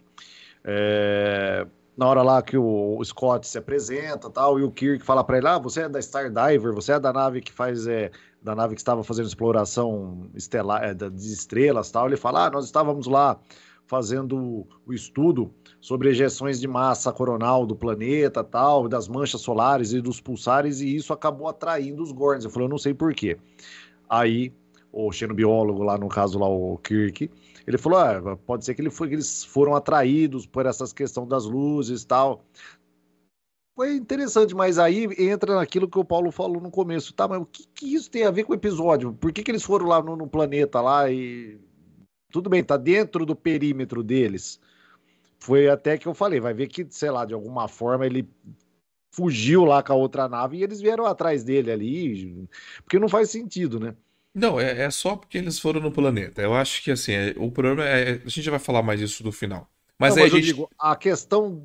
Na hora lá que o Scott se apresenta tal, e o Kirk fala pra ele: você é da Stardiver, você é da nave que faz. Da nave que estava fazendo exploração estelar, de estrelas tal. Ele fala: nós estávamos lá fazendo o estudo sobre ejeções de massa coronal do planeta tal, das manchas solares e dos pulsares, e isso acabou atraindo os Gorns. Eu falei: eu não sei por quê. Aí, o xenobiólogo lá, no caso lá, o Kirk, ele falou: pode ser que eles foram atraídos por essas questões das luzes e tal. Foi interessante, mas aí entra naquilo que o Paulo falou no começo. Tá, mas o que isso tem a ver com o episódio? Por que eles foram lá no planeta lá e... Tudo bem, tá dentro do perímetro deles. Foi até que eu falei, vai ver que, sei lá, de alguma forma ele fugiu lá com a outra nave e eles vieram atrás dele ali, porque não faz sentido, né? Não, é só porque eles foram no planeta. Eu acho que, assim, o problema é... A gente vai falar mais disso no final. Mas Não, aí a mas eu gente... digo, a questão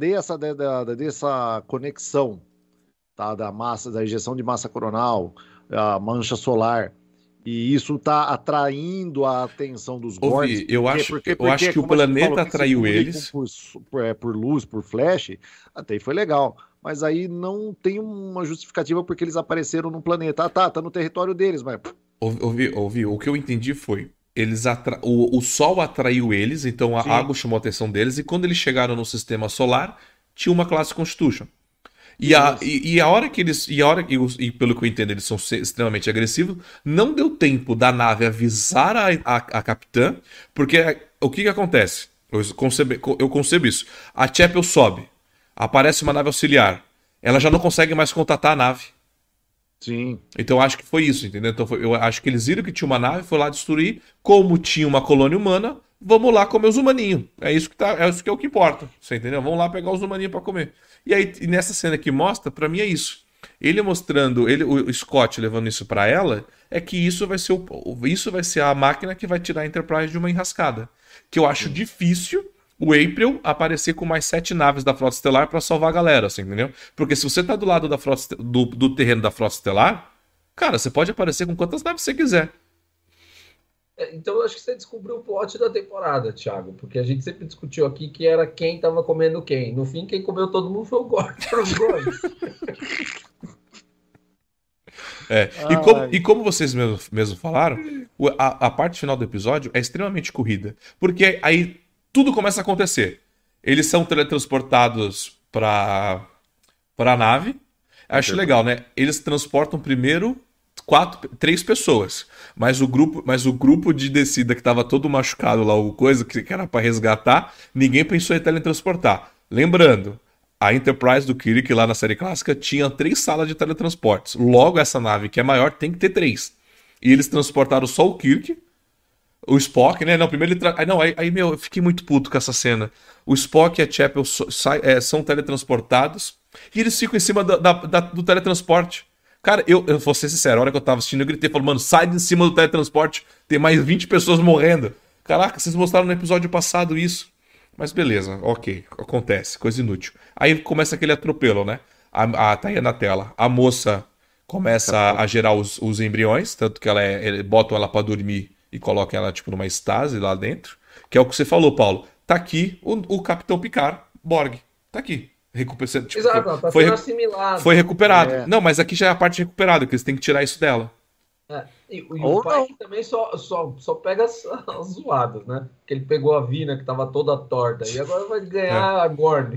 dessa conexão, tá, da massa, da ejeção de massa coronal, a mancha solar, e isso tá atraindo a atenção dos Gorns. Ouvi, eu acho que o como a gente planeta falou, que se atraiu comunicam eles. por luz, por flash, até aí foi legal. Mas aí não tem uma justificativa porque eles apareceram no planeta. Tá no território deles, mas... Ouvi, o que eu entendi foi, o Sol atraiu eles, então a Sim. água chamou a atenção deles, e quando eles chegaram no sistema solar, tinha uma classe Constitution. E a hora que eles. E pelo que eu entendo, eles são extremamente agressivos. Não deu tempo da nave avisar a capitã, porque o que acontece? Eu concebo isso. A Chapel sobe, aparece uma nave auxiliar. Ela já não consegue mais contatar a nave. Sim. Então eu acho que foi isso, entendeu? Então eu acho que eles viram que tinha uma nave, foi lá destruir. Como tinha uma colônia humana, vamos lá comer os humaninhos. É isso que é o que importa. Você entendeu? Vamos lá pegar os humaninhos pra comer. E aí, nessa cena que mostra, pra mim é isso. Ele mostrando, o Scott levando isso pra ela, é que isso vai ser a máquina que vai tirar a Enterprise de uma enrascada. Que eu acho difícil o April aparecer com mais 7 naves da Frota Estelar pra salvar a galera, assim, entendeu? Porque se você tá do lado do terreno da Frota Estelar, cara, você pode aparecer com quantas naves você quiser. Então eu acho que você descobriu o plot da temporada, Thiago, porque a gente sempre discutiu aqui que era quem tava comendo quem. No fim, quem comeu todo mundo foi o Gorn. Foram os Gorns. E como vocês mesmo falaram, a parte final do episódio é extremamente corrida. Porque aí tudo começa a acontecer. Eles são teletransportados pra nave. Acho legal, né? Eles transportam primeiro 3 pessoas. Mas o grupo de descida que tava todo machucado lá, o coisa que era pra resgatar, ninguém pensou em teletransportar. Lembrando, a Enterprise do Kirk lá na série clássica tinha 3 salas de teletransportes. Logo, essa nave que é maior tem que ter 3. E eles transportaram só o Kirk, o Spock, né? Não, primeiro ele. Meu, eu fiquei muito puto com essa cena. O Spock e a Chapel são teletransportados e eles ficam em cima do teletransporte. Cara, eu vou ser sincero, a hora que eu tava assistindo, eu gritei, falando, mano, sai de cima do teletransporte, tem mais 20 pessoas morrendo. Caraca, vocês mostraram no episódio passado isso. Mas beleza, ok, acontece, coisa inútil. Aí começa aquele atropelo, né? Tá aí na tela. A moça começa a gerar os embriões, tanto que botam ela pra dormir e colocam ela, tipo, numa estase lá dentro. Que é o que você falou, Paulo. Tá aqui o Capitão Picard, Borg. Tá aqui. Tipo, Exato, tá sendo assimilado. Foi recuperado. Não, mas aqui já é a parte recuperada, que eles têm que tirar isso dela. E o Pike também só pega as zoadas, né? Que ele pegou a Vina, que tava toda torta, e agora vai ganhar a Gorn.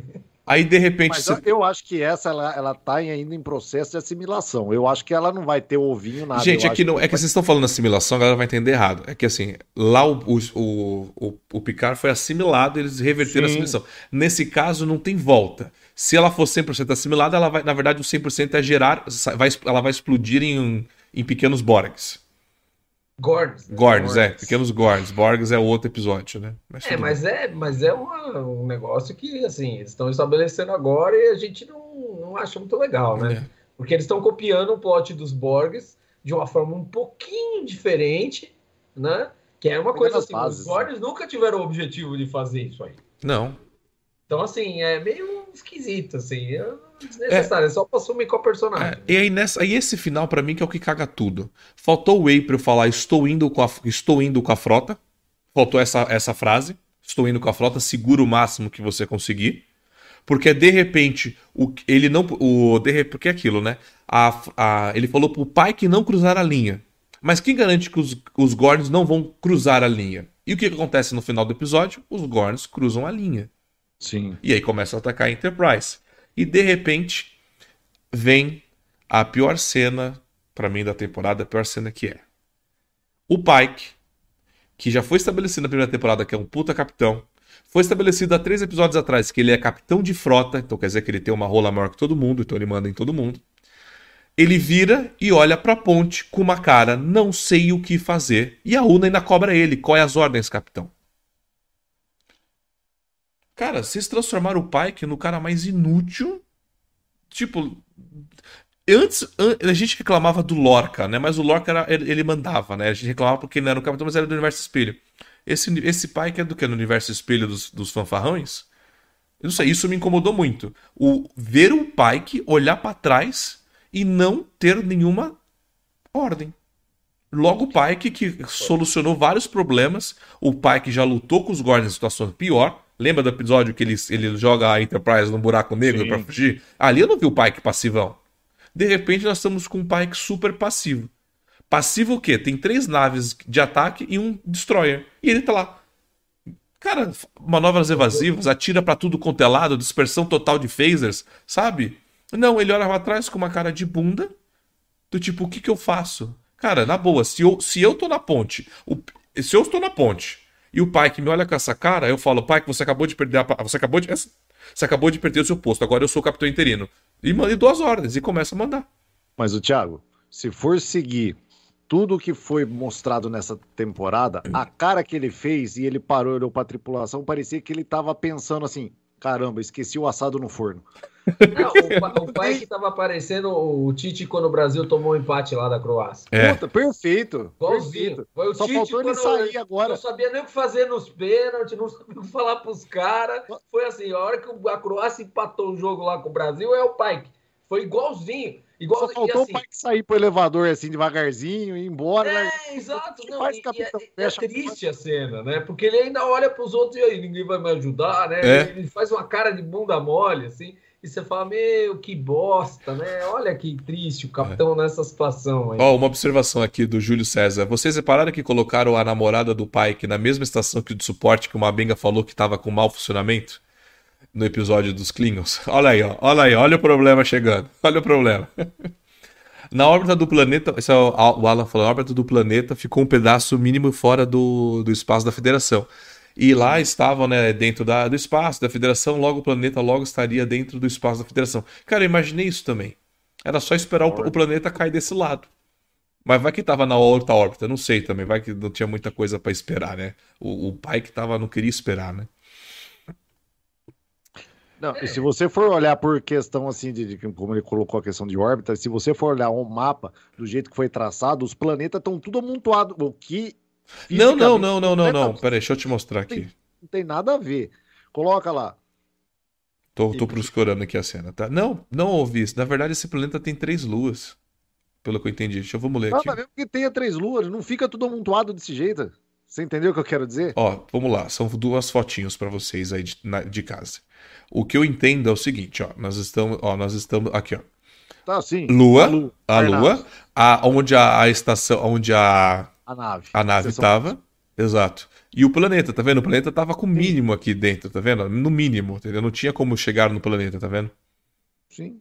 Aí, de repente... Mas eu acho que essa, ela tá ainda em processo de assimilação. Eu acho que ela não vai ter ovinho, nada. Gente, eu aqui acho não, é que vocês estão falando assimilação, a galera vai entender errado. É que assim, lá o Picard foi assimilado, eles reverteram a Sim. assimilação. Nesse caso, não tem volta. Se ela for 100% assimilada, ela vai, na verdade, o 100% é gerar, ela vai explodir em pequenos Borgs. Gords. Gords, pequenos Gords. Borgs é outro episódio, né? Mas tudo bem. Mas é um negócio que, assim, eles estão estabelecendo agora e a gente não acha muito legal, né? É. Porque eles estão copiando o plot dos Borgs de uma forma um pouquinho diferente, né? Que é uma coisa assim, os Borgs nunca tiveram o objetivo de fazer isso aí. Não. Então, assim, é meio esquisito, assim, é desnecessário, é só pra sumir com a personagem. E aí esse final, pra mim, que é o que caga tudo. Faltou o Way pra eu falar, estou indo com a frota. Faltou essa frase. Estou indo com a frota, segura o máximo que você conseguir. Porque, de repente, ele não... porque é aquilo, né? Ele falou pro Pike não cruzar a linha. Mas quem garante que os Gorns não vão cruzar a linha? E o que acontece no final do episódio? Os Gorns cruzam a linha. Sim. E aí começa a atacar a Enterprise. E de repente vem a pior cena, pra mim, da temporada, a pior cena que é. O Pike, que já foi estabelecido na primeira temporada que é um puta capitão, foi estabelecido há 3 episódios atrás que ele é capitão de frota, então quer dizer que ele tem uma rola maior que todo mundo, então ele manda em todo mundo. Ele vira e olha pra ponte com uma cara, não sei o que fazer, e a Una ainda cobra ele, qual é as ordens, capitão? Cara, vocês transformaram o Pike no cara mais inútil. Tipo, antes a gente reclamava do Lorca, né? Mas o Lorca ele mandava, né? A gente reclamava porque ele não era o capitão, mas era do Universo Espelho. Esse Pike é do que? No Universo Espelho dos fanfarrões? Eu não sei, isso me incomodou muito. Ver o Pike olhar pra trás e não ter nenhuma ordem. Logo o Pike, que solucionou vários problemas. O Pike já lutou com os Gorns em situação pior. Lembra do episódio que ele joga a Enterprise num buraco negro pra fugir? Ali eu não vi o Pike passivão. De repente nós estamos com um Pike super passivo. Passivo o quê? Tem 3 naves de ataque e um destroyer. E ele tá lá. Cara, manobras evasivas, atira pra tudo quanto é lado, dispersão total de phasers, sabe? Não, ele olha pra trás com uma cara de bunda, do tipo, o que eu faço? Cara, na boa, se eu tô na ponte, se eu estou na ponte e o Pike me olha com essa cara, eu falo, Pike, você acabou de perder você acabou de perder o seu posto, agora eu sou o capitão interino. E dou as ordens e começa a mandar. Mas o Thiago, se for seguir tudo que foi mostrado nessa temporada, a cara que ele fez e ele parou, olhou pra tripulação, parecia que ele tava pensando assim, caramba, esqueci o assado no forno. Não, o Pike tava aparecendo o Tite quando o Brasil tomou um empate lá da Croácia. Puta, perfeito. Igualzinho. Foi o Só Tite faltou ele sair agora. Não sabia nem o que fazer nos pênaltis, não sabia o que falar pros caras. Foi assim, a hora que a Croácia empatou o jogo lá com o Brasil, é o Pike. Foi igualzinho. Só faltou assim, o Pike sair pro elevador assim devagarzinho e ir embora. Exato. Não, faz, capitão, é triste a cena, né? Porque ele ainda olha pros outros e aí, ninguém vai me ajudar, né? Ele faz uma cara de bunda mole, assim. E você fala, meu, que bosta, né? Olha que triste o capitão nessa situação aí. Uma observação aqui do Júlio César. Vocês repararam que colocaram a namorada do Pike na mesma estação que o de suporte que o Mabenga falou que estava com mau funcionamento? No episódio dos Klingons. Olha aí, olha o problema chegando. Olha o problema. Na órbita do planeta, isso é o Alan falou, na órbita do planeta ficou um pedaço mínimo fora do espaço da Federação. E lá estavam, né, dentro do espaço da Federação, logo o planeta logo estaria dentro do espaço da Federação. Cara, eu imaginei isso também. Era só esperar o planeta cair desse lado. Mas vai que tava na outra órbita, não sei também, vai que não tinha muita coisa pra esperar, né? O pai que não queria esperar, né? Não, e se você for olhar por questão assim de como ele colocou a questão de órbita, se você for olhar um mapa do jeito que foi traçado, os planetas estão tudo amontoado, o que Não. Peraí, deixa eu te mostrar aqui. Não tem nada a ver. Coloca lá. Tô procurando aqui a cena, tá? Não ouvi isso. Na verdade, esse planeta tem 3 luas. Pelo que eu entendi. Vamos ler aqui. Nada mesmo que tenha 3 luas, não fica tudo amontoado desse jeito. Você entendeu o que eu quero dizer? Ó, vamos lá. São 2 fotinhos pra vocês aí de casa. O que eu entendo é o seguinte, ó. Nós estamos aqui, ó. Tá, sim. A Lua, onde a estação, onde a nave estava. Exato. E o planeta, tá vendo? O planeta tava com o mínimo aqui dentro, tá vendo? No mínimo, entendeu? Não tinha como chegar no planeta, tá vendo? Sim.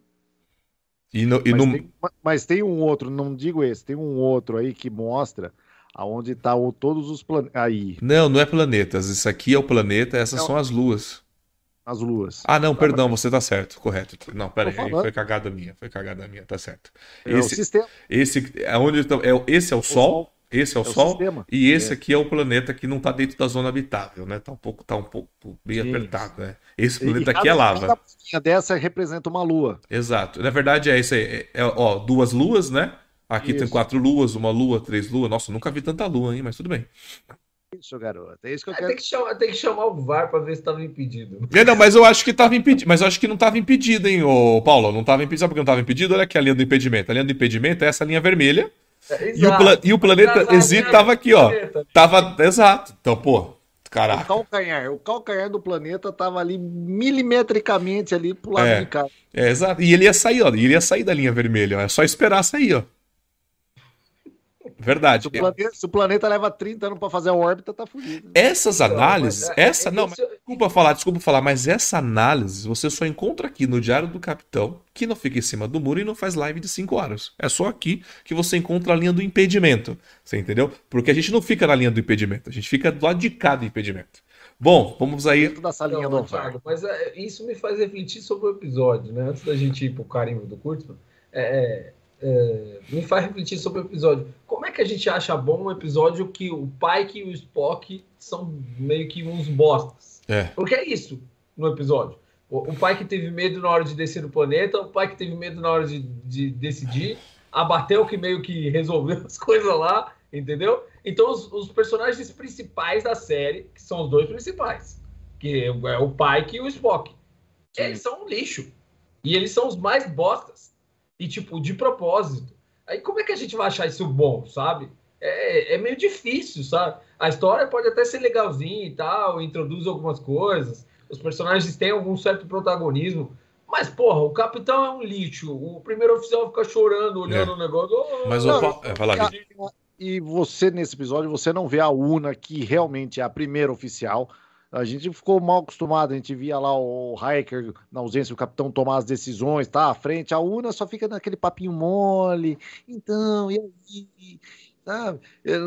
E Mas tem um outro, não digo esse, tem um outro aí que mostra aonde tá todos os planetas. Aí, Não é planetas. Isso aqui é o planeta, essas Não. são as luas. as luas. Ah, não, perdão, você tá certo, correto. Não, pera Tô aí, falando. foi cagada minha, tá certo. É o sistema. Esse é onde esse é o Sol, esse é o É o Sol, sistema. e esse É. aqui é o planeta que não tá dentro da zona habitável, né? Tá um pouco bem Sim. apertado, né? Esse E planeta aqui é lava. Cada bolinha dessa representa uma lua. Exato. Na verdade é isso aí, ó, duas luas, né? Aqui tem Isso. 4 luas, uma lua, 3 luas. Nossa, nunca vi tanta lua, hein? Mas tudo bem. Isso, garoto. É isso que eu Tem quero. que chamar o VAR pra ver se tava impedido. Não, mas eu acho que tava impedido. Mas eu acho que não tava impedido, hein, ô Paulo? Não tava impedido. Sabe por que não tava impedido? Olha aqui a linha do impedimento. A linha do impedimento é essa linha vermelha. E o planeta Exit tava aqui, ó. Tava. Exato. Então, pô, caraca. O calcanhar do planeta tava ali milimetricamente ali pro lado de cá. Exato. E ele ia sair, ó. Ele ia sair da linha vermelha, ó. É só esperar sair, ó. Verdade. Se o planeta leva 30 anos pra fazer a órbita, tá fudido. Essas análises, Não, mas desculpa falar, mas essa análise você só encontra aqui no Diário do Capitão, que não fica em cima do muro e não faz live de 5 horas. É só aqui que você encontra a linha do impedimento, você entendeu? Porque a gente não fica na linha do impedimento, a gente fica do lado de cá do impedimento. Bom, vamos aí. Dentro da salinha do VAR. Thiago, mas isso me faz refletir sobre o episódio, né? Antes da gente ir pro carimbo do Kurtzman, me faz refletir sobre o episódio. Como é que a gente acha bom um episódio que o Pike e o Spock são meio que uns bostas? Porque é isso no episódio. O Pike teve medo na hora de descer no planeta, o Pike teve medo na hora de decidir, abateu que meio que resolveu as coisas lá, entendeu? Então os personagens principais da série, que são os dois principais, que é o Pike e o Spock, eles são um lixo. E eles são os mais bostas. E, tipo, de propósito. Aí como é que a gente vai achar isso bom, sabe? É meio difícil, sabe? A história pode até ser legalzinha e tal, introduz algumas coisas, os personagens têm algum certo protagonismo, mas, porra, o capitão é um lixo, o primeiro oficial fica chorando, olhando o negócio. Mas vai lá, E você, nesse episódio, você não vê a Una, que realmente é a primeira oficial. A gente ficou mal acostumado, a gente via lá o Hiker, na ausência do capitão, tomar as decisões, tá à frente. A Una só fica naquele papinho mole. Então, e aí? Sabe?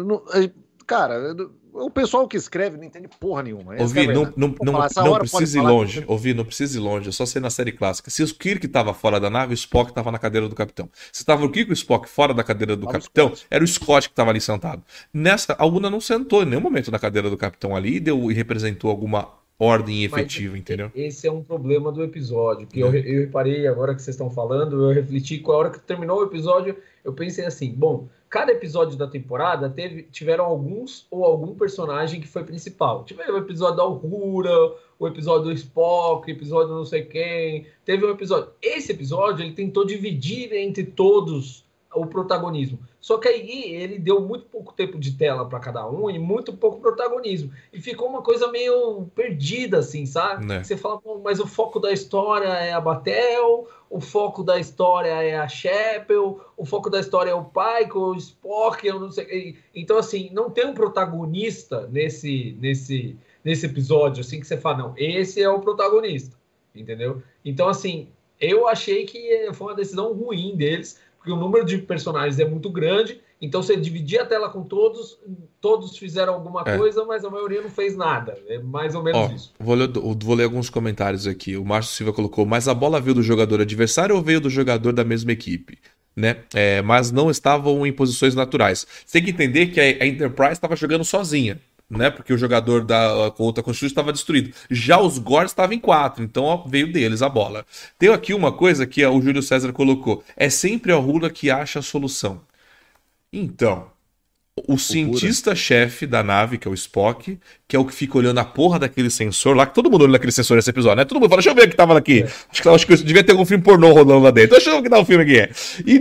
Cara, o pessoal que escreve não entende porra nenhuma. Ouvi, não precisa ir longe. Ouvi, não precisa ir longe. É só ser na série clássica. Se o Kirk tava fora da nave, o Spock tava na cadeira do capitão. Se tava o Kirk e o Spock fora da cadeira do capitão, era o Scott que tava ali sentado. Nessa, a Una não sentou em nenhum momento na cadeira do capitão ali e representou alguma ordem efetiva, entendeu? Esse é um problema do episódio, que eu reparei agora que vocês estão falando, eu refleti com a hora que terminou o episódio, eu pensei assim, bom, cada episódio da temporada tiveram algum personagem que foi principal. Tiveram o episódio da Uhura, o episódio do Spock, o episódio não sei quem, teve um episódio. Esse episódio, ele tentou dividir entre todos o protagonismo. Só que aí ele deu muito pouco tempo de tela para cada um e muito pouco protagonismo. E ficou uma coisa meio perdida, assim, sabe? Você fala, mas o foco da história é a Batel, o foco da história é a Chapel, o foco da história é o Pike, o Spock, eu não sei. Então, assim, não tem um protagonista nesse episódio, assim, que você fala, não, esse é o protagonista, entendeu? Então, assim, eu achei que foi uma decisão ruim deles, porque o número de personagens é muito grande, então você dividir a tela com todos fizeram alguma coisa, mas a maioria não fez nada. É mais ou menos isso. Vou ler alguns comentários aqui. O Márcio Silva colocou, mas a bola veio do jogador adversário ou veio do jogador da mesma equipe? Né? Mas não estavam em posições naturais. Você tem que entender que a Enterprise estava jogando sozinha. Né? Porque o jogador com outra construção estava destruído. Já os Gords estavam em 4, então veio deles a bola. Tem aqui uma coisa que o Júlio César colocou. É sempre a Uhura que acha a solução. Então, o cientista-chefe da nave, que é o Spock, que é o que fica olhando a porra daquele sensor lá, que todo mundo olha naquele sensor nesse episódio, né? Todo mundo fala, deixa eu ver o que tava aqui. Acho que devia ter algum filme pornô rolando lá dentro. Deixa eu ver o que dá o filme aqui é. E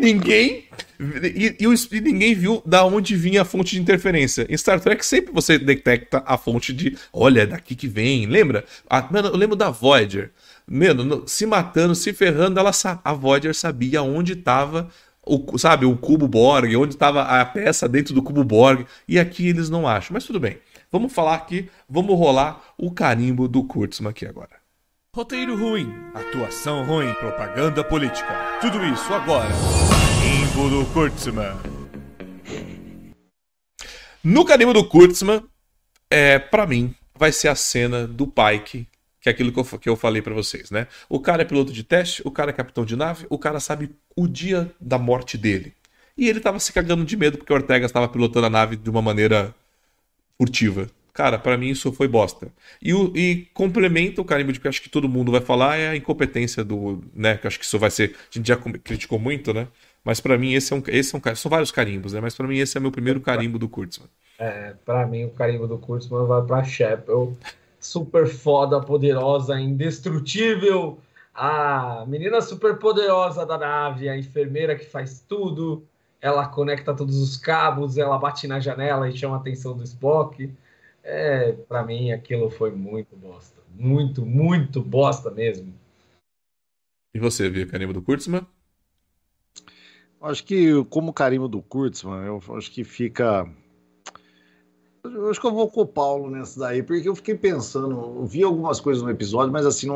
ninguém viu da onde vinha a fonte de interferência. Em Star Trek sempre você detecta a fonte de, olha, é daqui que vem, lembra? Mano, eu lembro da Voyager, mano, se matando, se ferrando, a Voyager sabia onde estava o cubo Borg, onde estava a peça dentro do cubo Borg, e aqui eles não acham, mas tudo bem. Vamos falar aqui, vamos rolar o carimbo do Kurtzman aqui agora. Roteiro ruim, atuação ruim, propaganda política. Tudo isso agora. Carimbo do Kurtzman. No carimbo do Kurtzman, pra mim, vai ser a cena do Pike, que é aquilo que eu falei pra vocês, né? O cara é piloto de teste, o cara é capitão de nave, o cara sabe o dia da morte dele. E ele tava se cagando de medo porque o Ortega estava pilotando a nave de uma maneira furtiva. Cara, pra mim isso foi bosta. E complementa o carimbo de que eu acho que todo mundo vai falar é a incompetência do, né, que eu acho que isso vai ser, a gente já criticou muito, né? Mas pra mim esse é um são vários carimbos, né? Mas pra mim esse é meu primeiro carimbo do Kurtzman. Pra mim o carimbo do Kurtzman vai pra Chapel. Super foda, poderosa, indestrutível. A menina super poderosa da nave, a enfermeira que faz tudo. Ela conecta todos os cabos, ela bate na janela e chama a atenção do Spock. Pra mim aquilo foi muito bosta. Muito, muito bosta mesmo. E você, viu o carimbo do Kurtzman? Acho que, como carimbo do Kurtzman, eu acho que fica. Eu acho que eu vou com o Paulo nessa daí, porque eu fiquei pensando, eu vi algumas coisas no episódio, mas assim,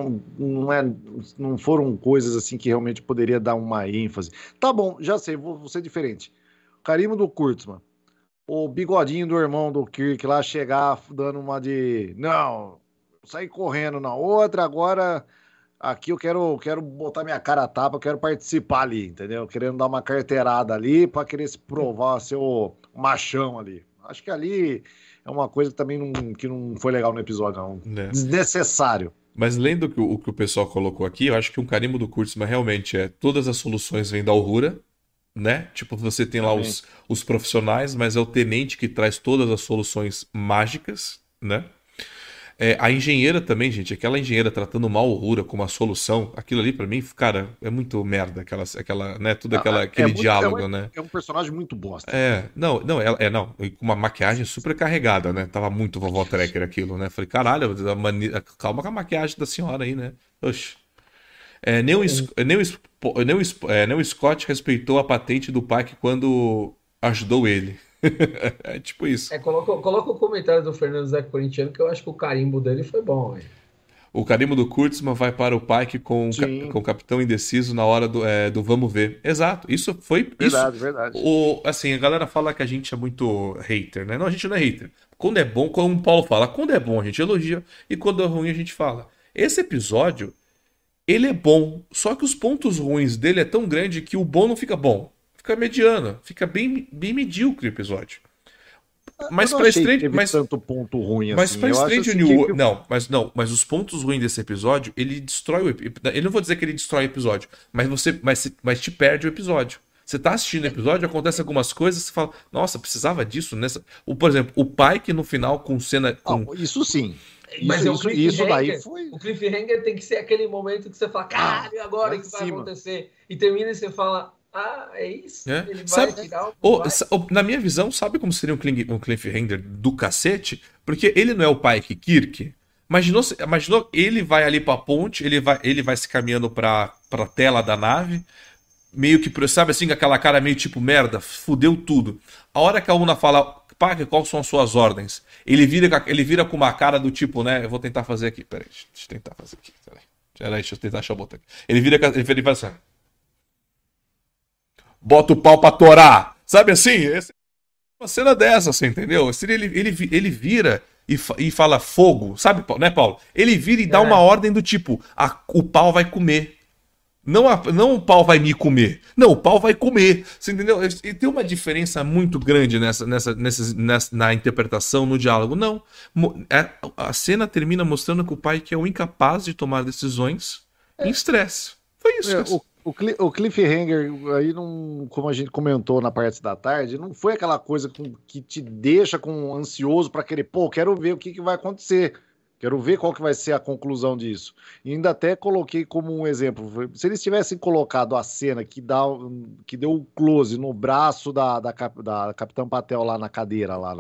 não foram coisas assim que realmente poderia dar uma ênfase. Tá bom, já sei, vou ser diferente. Carimbo do Kurtzman. O bigodinho do irmão do Kirk lá chegar dando uma de. Não, sair correndo na outra, agora aqui eu quero botar minha cara a tapa, eu quero participar ali, entendeu? Querendo dar uma carteirada ali pra querer se provar ser o machão ali. Acho que ali é uma coisa que também que não foi legal no episódio, não. Desnecessário. Mas lendo o que o pessoal colocou aqui, eu acho que um carimbo do Kurtzman realmente é todas as soluções vêm da Uhura, né? Tipo, você tem lá os profissionais, mas é o tenente que traz todas as soluções mágicas, né? A engenheira também, gente, aquela engenheira tratando mal o Uhura como uma solução, aquilo ali pra mim, cara, é muito merda, aquela, né, tudo aquele diálogo, né? É um personagem muito bosta. Não, com uma maquiagem super carregada, né? Tava muito vovó Trekker aquilo, né? Falei, caralho, calma com a maquiagem da senhora aí, né? Oxe. Nem o Scott respeitou a patente do Pike quando ajudou ele. É tipo isso. Coloca o comentário do Fernando Zé Corintiano, que eu acho que o carimbo dele foi bom, hein? O carimbo do Kurtzman vai para o Pike com o capitão indeciso na hora do vamos ver. Exato, isso foi... Verdade. Assim, a galera fala que a gente é muito hater, né? Não, a gente não é hater. Quando é bom, como o Paulo fala, quando é bom a gente elogia e quando é ruim a gente fala. Esse episódio, ele é bom, só que os pontos ruins dele é tão grande que o bom não fica bom. Fica mediano, fica bem medíocre o episódio. Mas para tanto ponto ruim mas assim. para Strange New Worlds, mas os pontos ruins desse episódio, ele destrói eu não vou dizer que ele destrói o episódio, mas te perde o episódio. Você tá assistindo o episódio, acontece algumas coisas, você fala, nossa, precisava disso nessa. Por exemplo, o Pike no final com cena isso sim. Mas isso daí foi. O cliffhanger tem que ser aquele momento que você fala, caralho, agora o que vai acontecer? E termina e você fala, é isso? Ele vai tirar na minha visão, sabe como seria um cliffhanger do cacete? Porque ele não é o Pike Kirk. Imaginou ele vai ali pra ponte, ele vai se caminhando pra tela da nave, meio que, sabe assim, aquela cara meio tipo, merda, fudeu tudo. A hora que a Una fala, Pike, quais são as suas ordens? Ele vira com uma cara do tipo, né, eu vou tentar fazer aqui, peraí, deixa eu tentar fazer aqui, peraí, deixa eu tentar achar o botão aqui. Ele faz assim, bota o pau pra torar. Sabe assim? Uma cena dessa, assim, entendeu? Ele vira e fala fogo. Sabe, né, Paulo? Ele vira e dá uma ordem do tipo, o pau vai comer. Não o pau vai me comer. Não, o pau vai comer. Você entendeu? E tem uma diferença muito grande na interpretação, no diálogo. Não. A cena termina mostrando que o pai que é o incapaz de tomar decisões em estresse. Foi isso. O cliffhanger, aí não, como a gente comentou na parte da tarde, não foi aquela coisa que te deixa ansioso para querer, quero ver o que vai acontecer, quero ver qual que vai ser a conclusão disso. E ainda até coloquei como um exemplo, se eles tivessem colocado a cena que deu o close no braço da Capitã Patel lá na cadeira, lá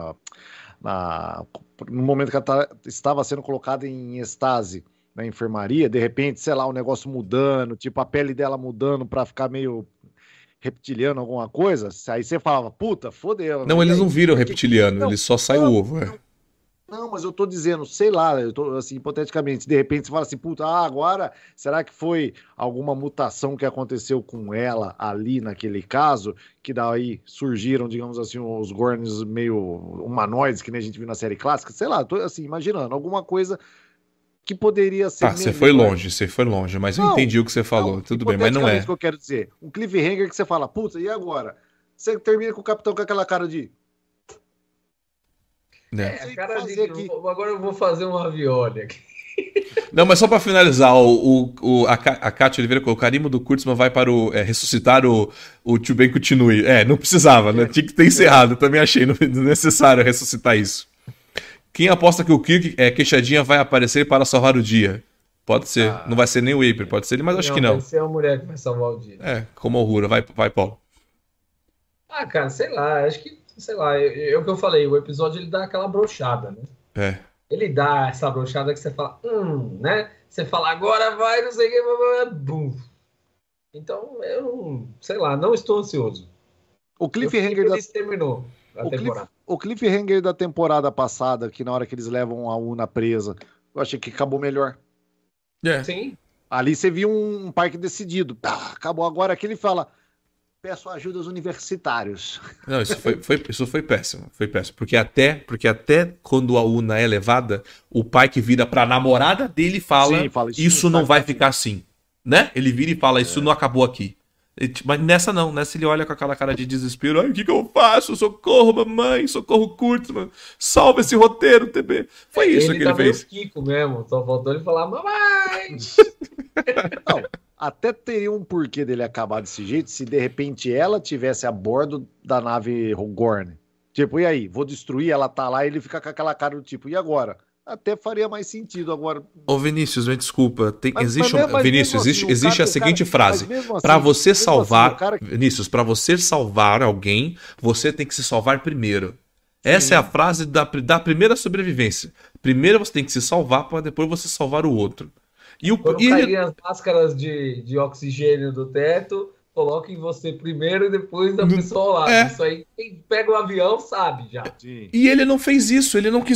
no momento que ela estava sendo colocada em estase, na enfermaria, de repente, sei lá, o negócio mudando, tipo a pele dela mudando pra ficar meio reptiliano, alguma coisa, aí você falava, puta, fodeu. Não, eles não viram reptiliano, eles só saem o ovo. Não, mas eu tô dizendo, sei lá, eu tô assim, hipoteticamente, de repente você fala assim, puta, agora, será que foi alguma mutação que aconteceu com ela ali naquele caso, que daí surgiram, digamos assim, os Gorns meio humanoides, que nem a gente viu na série clássica, sei lá, tô assim, imaginando, alguma coisa que poderia ser Tá, melhor. você foi longe, mas eu Não, entendi o que você falou. não, Tudo bem, mas não hipoteticamente o é. que eu quero dizer, um cliffhanger que você fala, puta, e agora? Você termina com o capitão com aquela cara de, Né? não A sei o que cara fazer de. aqui. Agora eu vou fazer um ravioli aqui. Não, mas só pra finalizar, a Kátia Oliveira colocou: o carimbo do Kurtzman vai para ressuscitar o Too Bem Continue. Não precisava, né? Tinha que ter encerrado. Eu também achei necessário ressuscitar isso. Quem aposta que o Kirk queixadinha vai aparecer para salvar o dia? Pode ser. Não vai ser nem o April, pode ser ele, mas acho que Vai não. ser a mulher que vai salvar o dia. Como horror. Vai, Paulo. Ah, cara, sei lá, acho que, sei lá, é o que eu falei, o episódio ele dá aquela brochada, né? Ele dá essa brochada que você fala, né? Você fala, agora vai, não sei o que, bum. Então, eu, sei lá, não estou ansioso. O cliffhanger da... terminou a temporada. O cliffhanger da temporada passada, que na hora que eles levam a Una presa, eu achei que acabou melhor. Sim. Ali você viu um parque decidido. Acabou agora aqui ele fala, peço ajuda aos universitários. Não, isso foi péssimo. Foi péssimo. Porque até quando a Una é levada, o pai que vira pra namorada dele fala, Sim, fala isso não vai ficar assim. Né? Ele vira e fala, isso não acabou aqui. Mas nessa não, nessa ele olha com aquela cara de desespero. Ai, o que eu faço? Socorro, mamãe, socorro, Kurtzman. Salva esse roteiro, TB. Foi isso que ele fez. Ele tá meio Kiko mesmo, só faltou ele falar, mamãe! Não, até teria um porquê dele acabar desse jeito se de repente ela tivesse a bordo da nave Gorn. Tipo, e aí? Vou destruir, ela tá lá e ele fica com aquela cara do tipo, e agora? Até faria mais sentido agora. Ô Vinícius, me desculpa. Vinícius, assim, existe a seguinte frase. Para você salvar, Vinícius, para você salvar alguém, você tem que se salvar primeiro. Essa é a frase da primeira sobrevivência. Primeiro você tem que se salvar para depois você salvar o outro. Quando caírem as máscaras de oxigênio do teto, coloquem você primeiro e depois da pessoa lá. Isso aí, quem pega o avião sabe já. E ele não fez isso, ele não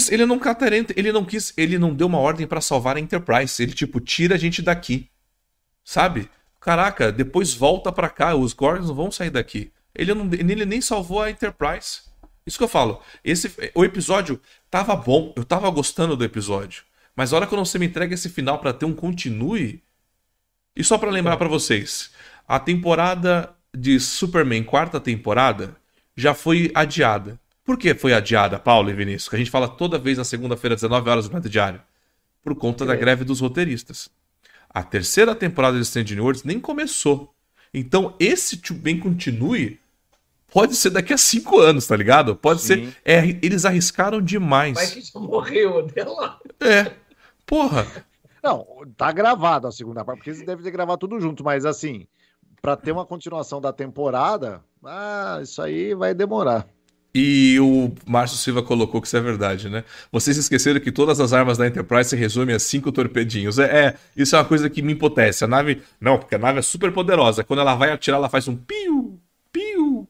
deu uma ordem pra salvar a Enterprise. Ele, tipo, tira a gente daqui. Sabe? Caraca, depois volta pra cá, os Gorns não vão sair daqui. Ele nem salvou a Enterprise. Isso que eu falo. O episódio tava bom, eu tava gostando do episódio. Mas a hora que você me entrega esse final pra ter um continue... E só pra lembrar pra vocês... A temporada de Superman, quarta temporada, já foi adiada. Por que foi adiada, Paulo e Vinícius? Que a gente fala toda vez na segunda-feira, 19 horas, no diário. Por conta da greve dos roteiristas. A terceira temporada de Strange New Worlds nem começou. Então, esse To Bem Continue pode ser daqui a 5 anos, tá ligado? Pode ser... eles arriscaram demais. Mas que já morreu dela. Porra. Não, tá gravado a segunda parte, porque eles devem ter gravado tudo junto, mas assim... Pra ter uma continuação da temporada, isso aí vai demorar. E o Márcio Silva colocou que isso é verdade, né? Vocês esqueceram que todas as armas da Enterprise se resumem a 5 torpedinhos. Isso é uma coisa que me emputece. A nave... Não, porque a nave é super poderosa. Quando ela vai atirar, ela faz um piu, piu.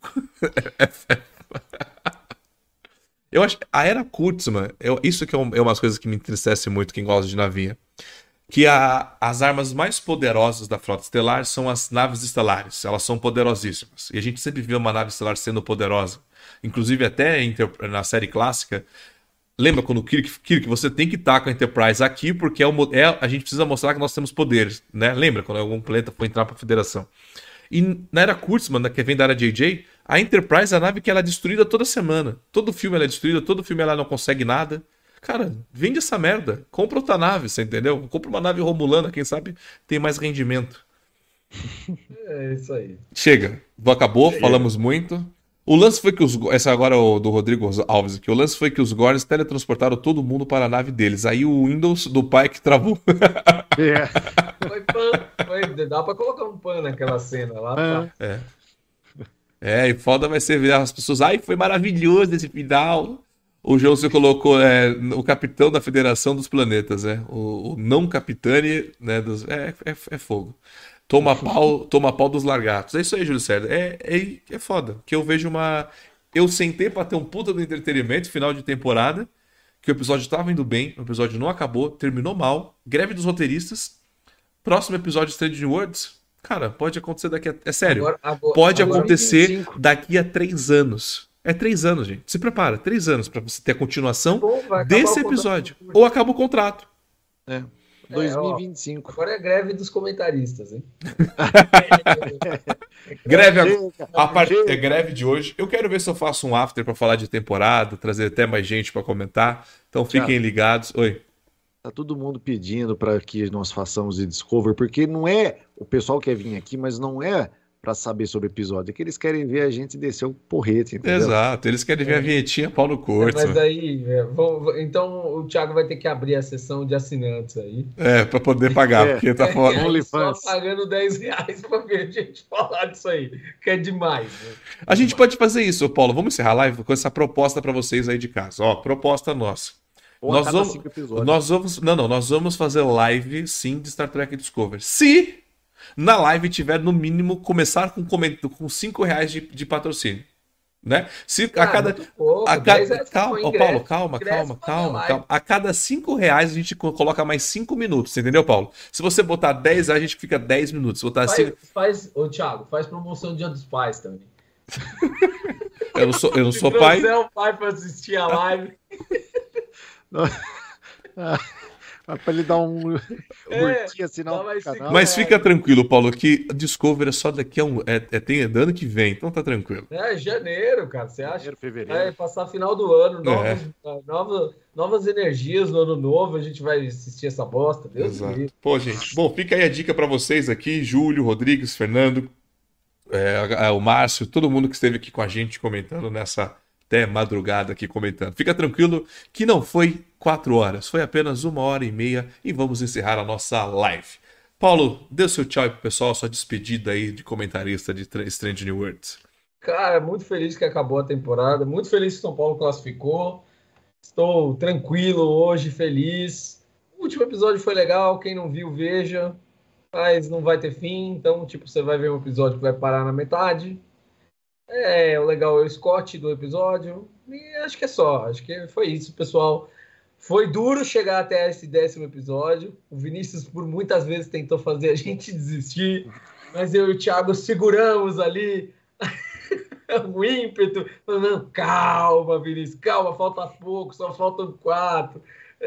Eu acho... A Era Kurtzman, isso que é umas coisas que me entristece muito, quem gosta de navinha. Que as armas mais poderosas da Frota Estelar são as naves estelares. Elas são poderosíssimas. E a gente sempre vê uma nave estelar sendo poderosa. Inclusive até na série clássica. Lembra quando o Kirk, você tem que estar com a Enterprise aqui porque a gente precisa mostrar que nós temos poderes. Né? Lembra quando algum planeta foi entrar para a Federação? E na Era Kurtzman, que vem da Era JJ, a Enterprise é a nave que ela é destruída toda semana. Todo filme ela é destruída, todo filme ela não consegue nada. Cara, vende essa merda. Compra outra nave, você entendeu? Compra uma nave romulana, quem sabe tem mais rendimento. É isso aí. Chega. Acabou, falamos muito. O lance foi que essa agora é o do Rodrigo Alves aqui. O lance foi que os Gorns teletransportaram todo mundo para a nave deles. Aí o Windows do pai que travou. Foi pan. Dá pra colocar um pan naquela cena lá. E foda vai ser ver as pessoas. Ai, foi maravilhoso esse final. O João se colocou o capitão da Federação dos Planetas, né? O não capitane, né? É fogo. Toma pau dos largatos. É isso aí, Júlio César. É foda. Que eu vejo eu sentei pra ter um puta do entretenimento, final de temporada, que o episódio estava indo bem, o episódio não acabou, terminou mal, greve dos roteiristas, próximo episódio Strange New Worlds, cara, pode acontecer daqui a... É sério, pode acontecer 2025. daqui a 3 anos. É 3 anos, gente. Se prepara, 3 anos pra você ter a continuação Vai acabar desse o contrato. episódio. Ou acaba o contrato. É. 2025. Agora é greve dos comentaristas, hein? Greve, Chega, a parte chega. é greve de hoje. Eu quero ver se eu faço um after pra falar de temporada, trazer até mais gente pra comentar. Então fiquem ligados. Oi. Tá todo mundo pedindo para que nós façamos de Discover, porque não é o pessoal quer vir aqui, mas não é para saber sobre o episódio, é que eles querem ver a gente descer o porrete, entendeu? Exato, eles querem ver a vinhetinha pau no corte. Mas aí, então o Thiago vai ter que abrir a sessão de assinantes aí. Pra poder pagar, porque tá E fora. aí, só OnlyFans. pagando R$10 pra ver a gente falar disso aí, que é demais. Né? A gente pode fazer isso, Paulo. Vamos encerrar a live com essa proposta pra vocês aí de casa. Ó, proposta nossa. Ou a Nós cada vamos, 5 episódios. nós vamos fazer live, sim, de Star Trek Discovery. Se na live tiver, no mínimo, começar com R$5 de patrocínio. Né? Se a cada. Muito pouco, A 10 cada reais Paulo, por ingresso, calma. ingresso pra live. A cada R$5 a gente coloca mais 5 minutos, você entendeu, Paulo? Se você botar R$10, a gente fica 10 minutos. Se botar Ô, Thiago, faz promoção do Dia dos Pais também. eu não Se sou pai. trouxer o pai pra assistir a live. Para ele dar um curtir, assinar dá o mais canal. Mas fica tranquilo, Paulo, que Discovery é só daqui a tem ano que vem, então tá tranquilo. É janeiro, cara, você acha? Janeiro, fevereiro. Vai passar final do ano, novas energias no ano novo, a gente vai assistir essa bosta. Deus me Exato. livre. Pô, gente. Bom, fica aí a dica pra vocês aqui, Júlio, Rodrigues, Fernando, o Márcio, todo mundo que esteve aqui com a gente comentando nessa até madrugada aqui comentando. Fica tranquilo que não foi 4 horas, foi apenas 1h30 e vamos encerrar a nossa live. Paulo, dê o seu tchau aí pro pessoal, sua despedida aí de comentarista de Strange New Worlds. Cara, muito feliz que acabou a temporada, muito feliz que São Paulo classificou. Estou tranquilo hoje, feliz. O último episódio foi legal, quem não viu, veja. Mas não vai ter fim, então, tipo, você vai ver um episódio que vai parar na metade. O legal é o Scott do episódio. E acho que é só, acho que foi isso, pessoal. Foi duro chegar até esse 10º episódio. O Vinícius, por muitas vezes, tentou fazer a gente desistir, mas eu e o Thiago seguramos ali o ímpeto. Falando, calma, Vinícius, calma, falta pouco, só faltam 4.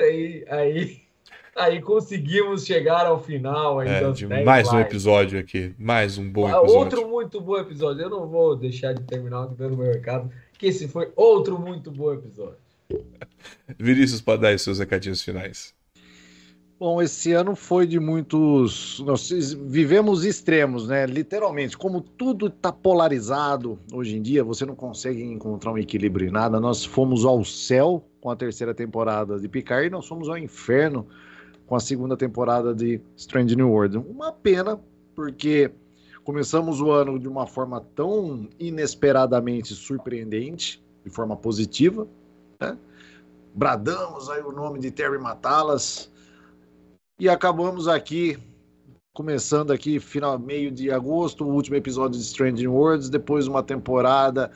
Aí conseguimos chegar ao final ainda. De mais um episódio aqui, mais um bom episódio. Outro muito bom episódio. Eu não vou deixar de terminar dando meu recado, que esse foi outro muito bom episódio. Vinícius, pode dar aí seus recadinhos finais. Bom, esse ano foi de muitos... Nós vivemos extremos, né? Literalmente, como tudo está polarizado hoje em dia, você não consegue encontrar um equilíbrio em nada. Nós fomos ao céu com a 3ª temporada de Picard e nós fomos ao inferno com a 2ª temporada de Strange New Worlds. Uma pena, porque começamos o ano de uma forma tão inesperadamente surpreendente, de forma positiva, né? Bradamos aí o nome de Terry Matalas e acabamos aqui, começando aqui meio de agosto, o último episódio de Strange New Worlds, depois uma temporada,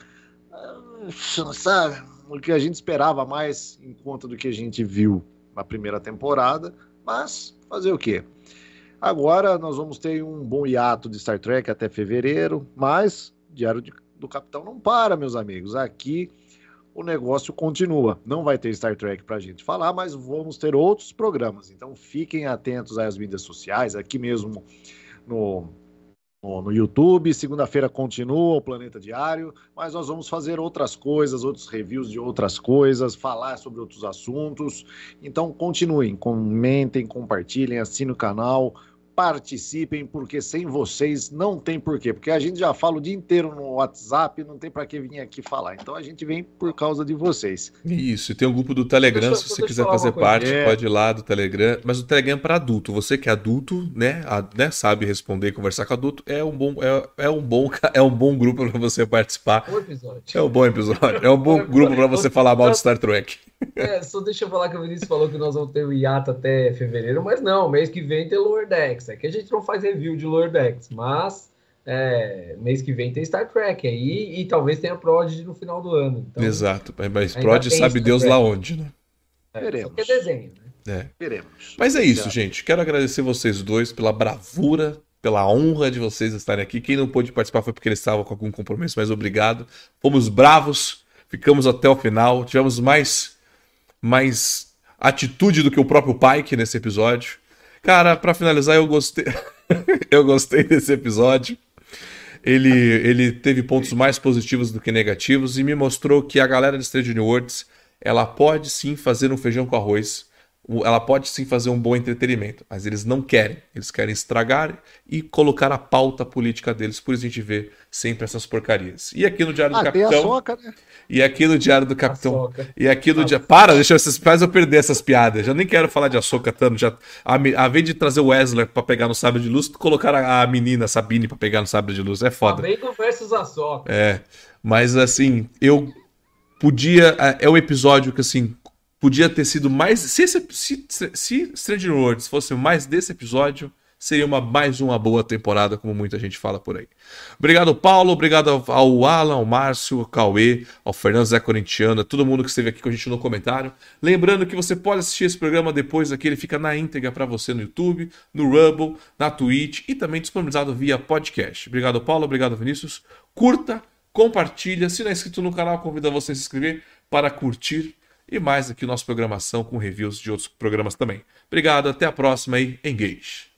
sabe, o que a gente esperava mais em conta do que a gente viu na primeira temporada. Mas fazer o quê? Agora nós vamos ter um bom hiato de Star Trek até fevereiro, mas Diário do Capitão não para, meus amigos. Aqui o negócio continua. Não vai ter Star Trek pra gente falar, mas vamos ter outros programas. Então fiquem atentos às mídias sociais, aqui mesmo no YouTube. Segunda-feira continua o Planeta Diário, mas nós vamos fazer outras coisas, outros reviews de outras coisas, falar sobre outros assuntos. Então continuem, comentem, compartilhem, assinem o canal, participem, porque sem vocês não tem porquê. Porque a gente já fala o dia inteiro no WhatsApp, não tem para que vir aqui falar. Então a gente vem por causa de vocês. Isso, e tem um grupo do Telegram, se você quiser fazer parte, pode ir lá do Telegram. Mas o Telegram é para adulto. Você que é adulto, né, sabe responder e conversar com adulto, é um bom grupo para você participar. Bom episódio. É um bom episódio. É um bom grupo para você falar mal de Star Trek. Só deixa eu falar que o Vinícius falou que nós vamos ter o hiato até fevereiro, mas não, mês que vem tem Lower Decks. É que a gente não faz review de Lower Decks, mas mês que vem tem Star Trek aí e talvez tenha Prodigy no final do ano. Então, exato, mas Prodigy sabe Deus lá onde, né? Só que é desenho, né? Veremos. Mas é isso, gente. Quero agradecer vocês dois pela bravura, pela honra de vocês estarem aqui. Quem não pôde participar foi porque ele estava com algum compromisso, mas obrigado. Fomos bravos, ficamos até o final, tivemos mais atitude do que o próprio Pike nesse episódio. Cara, pra finalizar, eu gostei. Eu gostei desse episódio. Ele teve pontos mais positivos do que negativos e me mostrou que a galera de Strange New Worlds, ela pode sim fazer um feijão com arroz, ela pode sim fazer um bom entretenimento, mas eles não querem. Eles querem estragar e colocar a pauta política deles, por isso a gente vê sempre essas porcarias. E aqui no Diário do Capitão... Tem a Soca, né? E aqui no Diário do Capitão... E aqui no Diário... deixa vocês faz eu perder essas piadas. Já nem quero falar de Ahsoka tanto. A vez de trazer o Wesley pra pegar no sabre de luz, colocar a menina Sabine pra pegar no sabre de luz. É foda. Bacon versus Ahsoka. Mas assim, eu podia... É um episódio que assim... Podia ter sido mais... Se Strange New Worlds fosse mais desse episódio, seria mais uma boa temporada, como muita gente fala por aí. Obrigado, Paulo. Obrigado ao Alan, ao Márcio, ao Cauê, ao Fernando Zé Corintiano, a todo mundo que esteve aqui com a gente no comentário. Lembrando que você pode assistir esse programa depois aqui, ele fica na íntegra para você no YouTube, no Rumble, na Twitch e também disponibilizado via podcast. Obrigado, Paulo. Obrigado, Vinícius. Curta, compartilha. Se não é inscrito no canal, convido você a se inscrever para curtir e mais aqui nossa programação com reviews de outros programas também. Obrigado, até a próxima e engage!